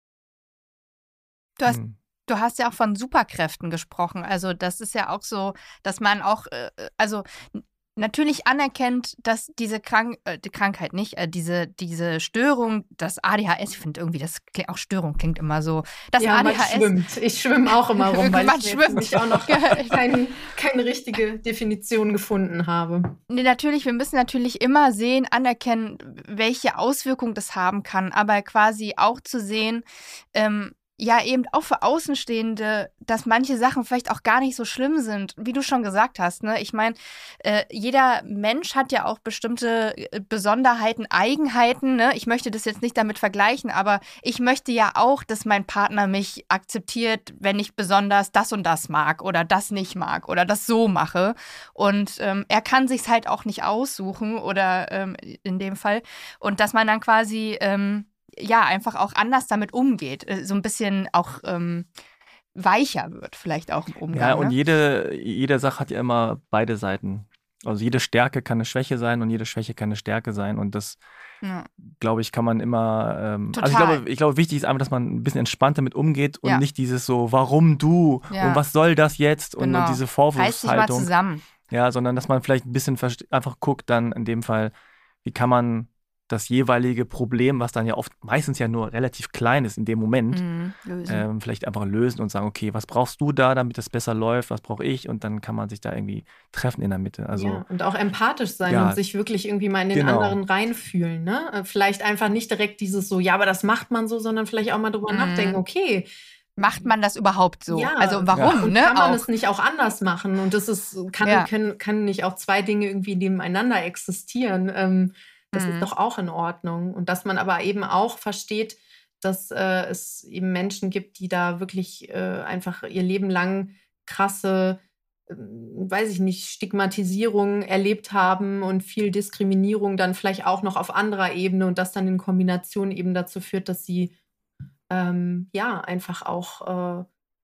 [SPEAKER 3] Du hast,
[SPEAKER 2] Hm.
[SPEAKER 3] du hast ja auch von Superkräften gesprochen. Also das ist ja auch so, dass man auch, äh, also n- natürlich anerkennt, dass diese Krank äh, die Krankheit nicht, äh, diese, diese Störung, das A D H S, ich finde irgendwie, das klingt, auch Störung klingt immer so, das
[SPEAKER 4] Ja, man
[SPEAKER 3] A D H S,
[SPEAKER 4] schwimmt. Ich schwimme auch immer rum, weil
[SPEAKER 3] Man
[SPEAKER 4] ich mir jetzt
[SPEAKER 3] schwimmt.
[SPEAKER 4] nicht auch noch kein, keine richtige Definition gefunden habe.
[SPEAKER 3] Nee, natürlich, wir müssen natürlich immer sehen, anerkennen, welche Auswirkungen das haben kann, aber quasi auch zu sehen, ähm, ja, eben auch für Außenstehende, dass manche Sachen vielleicht auch gar nicht so schlimm sind, wie du schon gesagt hast, ne? Ich meine, äh, jeder Mensch hat ja auch bestimmte äh, Besonderheiten, Eigenheiten, ne? Ich möchte das jetzt nicht damit vergleichen, aber ich möchte ja auch, dass mein Partner mich akzeptiert, wenn ich besonders das und das mag oder das nicht mag oder das so mache. Und ähm, er kann sich's halt auch nicht aussuchen oder ähm, in dem Fall. Und dass man dann quasi ähm, ja, einfach auch anders damit umgeht, äh, so ein bisschen auch ähm, weicher wird vielleicht auch im Umgang.
[SPEAKER 2] Ja, und
[SPEAKER 3] ne?
[SPEAKER 2] jede, jede Sache hat ja immer beide Seiten. Also jede Stärke kann eine Schwäche sein und jede Schwäche kann eine Stärke sein. Und das,
[SPEAKER 3] Ja.
[SPEAKER 2] glaube ich, kann man immer. Ähm, also ich
[SPEAKER 3] Total.
[SPEAKER 2] glaube, ich glaube, wichtig ist einfach, dass man ein bisschen entspannter mit umgeht und
[SPEAKER 3] Ja.
[SPEAKER 2] nicht dieses so, warum du
[SPEAKER 3] Ja.
[SPEAKER 2] und was soll das jetzt und,
[SPEAKER 3] Genau.
[SPEAKER 2] und diese
[SPEAKER 3] Reiß dich mal
[SPEAKER 2] Vorwurfshaltung.
[SPEAKER 3] zusammen.
[SPEAKER 2] Ja, sondern dass man vielleicht ein bisschen verste- einfach guckt, dann in dem Fall, wie kann man das jeweilige Problem, was dann ja oft meistens ja nur relativ klein ist in dem Moment,
[SPEAKER 3] Mhm, lösen.
[SPEAKER 2] ähm, vielleicht einfach lösen und sagen, okay, was brauchst du da, damit es besser läuft, was brauche ich? Und dann kann man sich da irgendwie treffen in der Mitte. Also
[SPEAKER 4] Ja, und auch empathisch sein
[SPEAKER 2] Ja.
[SPEAKER 4] und sich wirklich irgendwie mal in den
[SPEAKER 2] Genau.
[SPEAKER 4] anderen reinfühlen. Ne? Äh, Vielleicht einfach nicht direkt dieses so, ja, aber das macht man so, sondern vielleicht auch mal drüber
[SPEAKER 3] Mhm.
[SPEAKER 4] nachdenken, okay,
[SPEAKER 3] Macht man das überhaupt so?
[SPEAKER 4] Ja.
[SPEAKER 3] Also warum,
[SPEAKER 4] und
[SPEAKER 3] ne?
[SPEAKER 4] kann man
[SPEAKER 3] Auch.
[SPEAKER 4] es nicht auch anders machen? Und das ist, kann,
[SPEAKER 3] Ja.
[SPEAKER 4] können, können nicht auch zwei Dinge irgendwie nebeneinander existieren. Ähm, das
[SPEAKER 3] Mhm.
[SPEAKER 4] ist doch auch in Ordnung. Und dass man aber eben auch versteht, dass äh, es eben Menschen gibt, die da wirklich äh, einfach ihr Leben lang krasse, ähm, weiß ich nicht, Stigmatisierung erlebt haben und viel Diskriminierung dann vielleicht auch noch auf anderer Ebene und das dann in Kombination eben dazu führt, dass sie ähm, ja einfach auch, äh,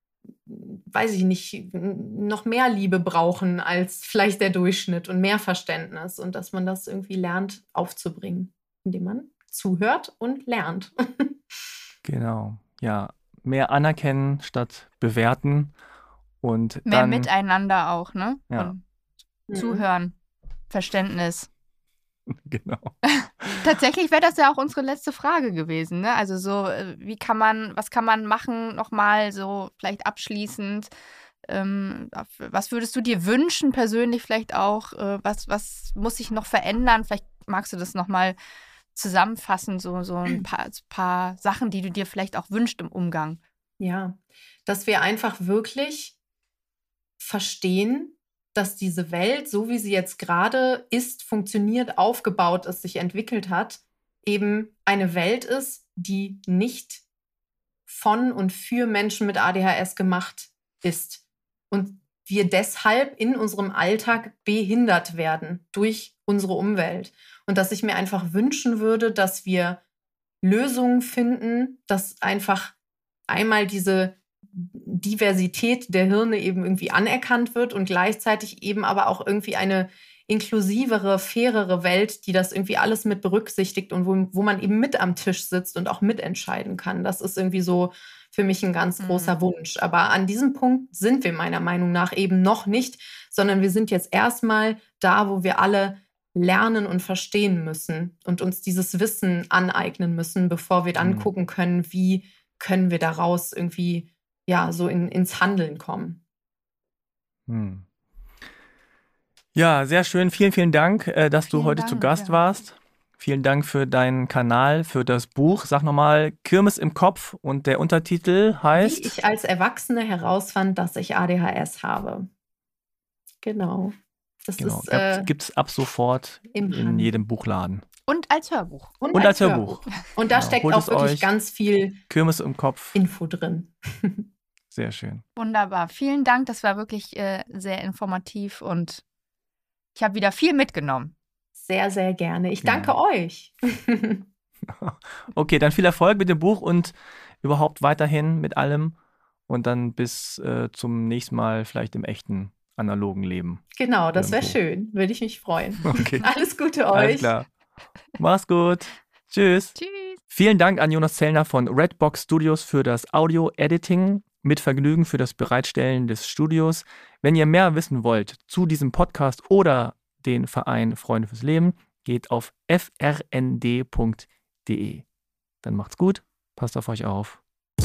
[SPEAKER 4] weiß ich nicht, n- noch mehr Liebe brauchen als vielleicht der Durchschnitt und mehr Verständnis und dass man das irgendwie lernt aufzubringen, indem man zuhört und lernt.
[SPEAKER 2] genau, ja, mehr anerkennen statt bewerten und
[SPEAKER 3] Mehr
[SPEAKER 2] dann
[SPEAKER 3] miteinander auch, ne?
[SPEAKER 2] Ja.
[SPEAKER 3] Und zuhören, Verständnis.
[SPEAKER 2] genau.
[SPEAKER 3] Tatsächlich wäre das ja auch unsere letzte Frage gewesen, ne? Also so, äh, wie kann man, was kann man machen, nochmal so vielleicht abschließend? Ähm, was würdest du dir wünschen, persönlich vielleicht auch? Äh, was, was muss sich noch verändern? Vielleicht magst du das nochmal zusammenfassen, so, so ein paar, paar Sachen, die du dir vielleicht auch wünschst im Umgang.
[SPEAKER 4] Ja, dass wir einfach wirklich verstehen, dass diese Welt, so wie sie jetzt gerade ist, funktioniert, aufgebaut ist, sich entwickelt hat, eben eine Welt ist, die nicht von und für Menschen mit A D H S gemacht ist. Und wir deshalb in unserem Alltag behindert werden durch unsere Umwelt. Und dass ich mir einfach wünschen würde, dass wir Lösungen finden, dass einfach einmal diese Diversität der Hirne eben irgendwie anerkannt wird und gleichzeitig eben aber auch irgendwie eine inklusivere, fairere Welt, die das irgendwie alles mit berücksichtigt und wo, wo man eben mit am Tisch sitzt und auch mitentscheiden kann. Das ist irgendwie so für mich ein ganz
[SPEAKER 3] Mhm.
[SPEAKER 4] großer Wunsch. Aber an diesem Punkt sind wir meiner Meinung nach eben noch nicht, sondern wir sind jetzt erstmal da, wo wir alle lernen und verstehen müssen und uns dieses Wissen aneignen müssen, bevor wir dann
[SPEAKER 2] Mhm.
[SPEAKER 4] gucken können, wie können wir daraus irgendwie ja so in, ins Handeln kommen.
[SPEAKER 2] Hm. Ja, sehr schön. Vielen, vielen Dank, äh, dass du
[SPEAKER 3] Vielen
[SPEAKER 2] heute zu
[SPEAKER 3] Dank,
[SPEAKER 2] Gast
[SPEAKER 3] ja.
[SPEAKER 2] warst. Vielen Dank für deinen Kanal, für das Buch. Sag nochmal, Kirmes im Kopf und der Untertitel heißt?
[SPEAKER 4] Wie ich als Erwachsene herausfand, dass ich A D H S habe. Genau. Das
[SPEAKER 2] Genau.
[SPEAKER 4] ist äh,
[SPEAKER 2] gibt es ab sofort in jedem Buchladen.
[SPEAKER 3] Und als Hörbuch.
[SPEAKER 2] Und, Und als, als Hörbuch.
[SPEAKER 4] Hörbuch. Und da genau. steckt Holt auch wirklich euch. ganz viel
[SPEAKER 2] Kirmes im Kopf.
[SPEAKER 4] Info drin.
[SPEAKER 2] Sehr schön.
[SPEAKER 3] Wunderbar. Vielen Dank. Das war wirklich äh, sehr informativ und ich habe wieder viel mitgenommen.
[SPEAKER 4] Sehr, sehr gerne. Ich danke ja. euch.
[SPEAKER 2] Okay, dann viel Erfolg mit dem Buch und überhaupt weiterhin mit allem. Und dann bis äh, zum nächsten Mal vielleicht im echten analogen Leben.
[SPEAKER 4] Genau, das wäre schön. Würde ich mich freuen.
[SPEAKER 2] Okay.
[SPEAKER 4] Alles Gute euch.
[SPEAKER 2] Alles klar. Mach's gut. Tschüss.
[SPEAKER 3] Tschüss.
[SPEAKER 2] Vielen Dank an Jonas Zellner von Redbox Studios für das Audio-Editing. Mit Vergnügen für das Bereitstellen des Studios. Wenn ihr mehr wissen wollt zu diesem Podcast oder den Verein Freunde fürs Leben, geht auf f r n d punkt d e. Dann macht's gut, passt auf euch auf.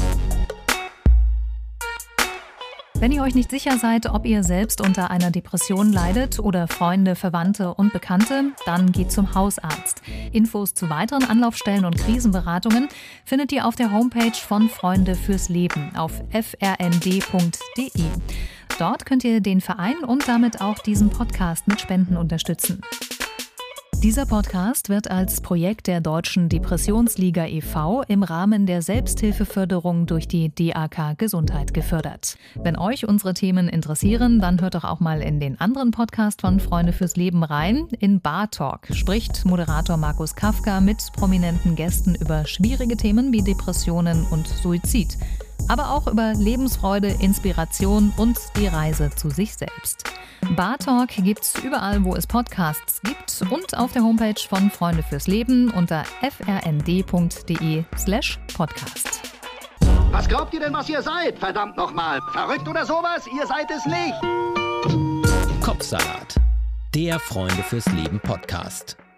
[SPEAKER 5] Wenn ihr euch nicht sicher seid, ob ihr selbst unter einer Depression leidet oder Freunde, Verwandte und Bekannte, dann geht zum Hausarzt. Infos zu weiteren Anlaufstellen und Krisenberatungen findet ihr auf der Homepage von Freunde fürs Leben auf f r n d punkt d e. Dort könnt ihr den Verein und damit auch diesen Podcast mit Spenden unterstützen. Dieser Podcast wird als Projekt der Deutschen Depressionsliga e V im Rahmen der Selbsthilfeförderung durch die D A K Gesundheit gefördert. Wenn euch unsere Themen interessieren, dann hört doch auch mal in den anderen Podcast von Freunde fürs Leben rein. In Bar Talk spricht Moderator Markus Kafka mit prominenten Gästen über schwierige Themen wie Depressionen und Suizid. Aber auch über Lebensfreude, Inspiration und die Reise zu sich selbst. Bar Talk gibt's überall, wo es Podcasts gibt und auf der Homepage von Freunde fürs Leben unter f r n d punkt d e slash podcast.
[SPEAKER 6] Was glaubt ihr denn, was ihr seid? Verdammt nochmal. Verrückt oder sowas? Ihr seid es nicht.
[SPEAKER 1] Kopfsalat. Der Freunde fürs Leben Podcast.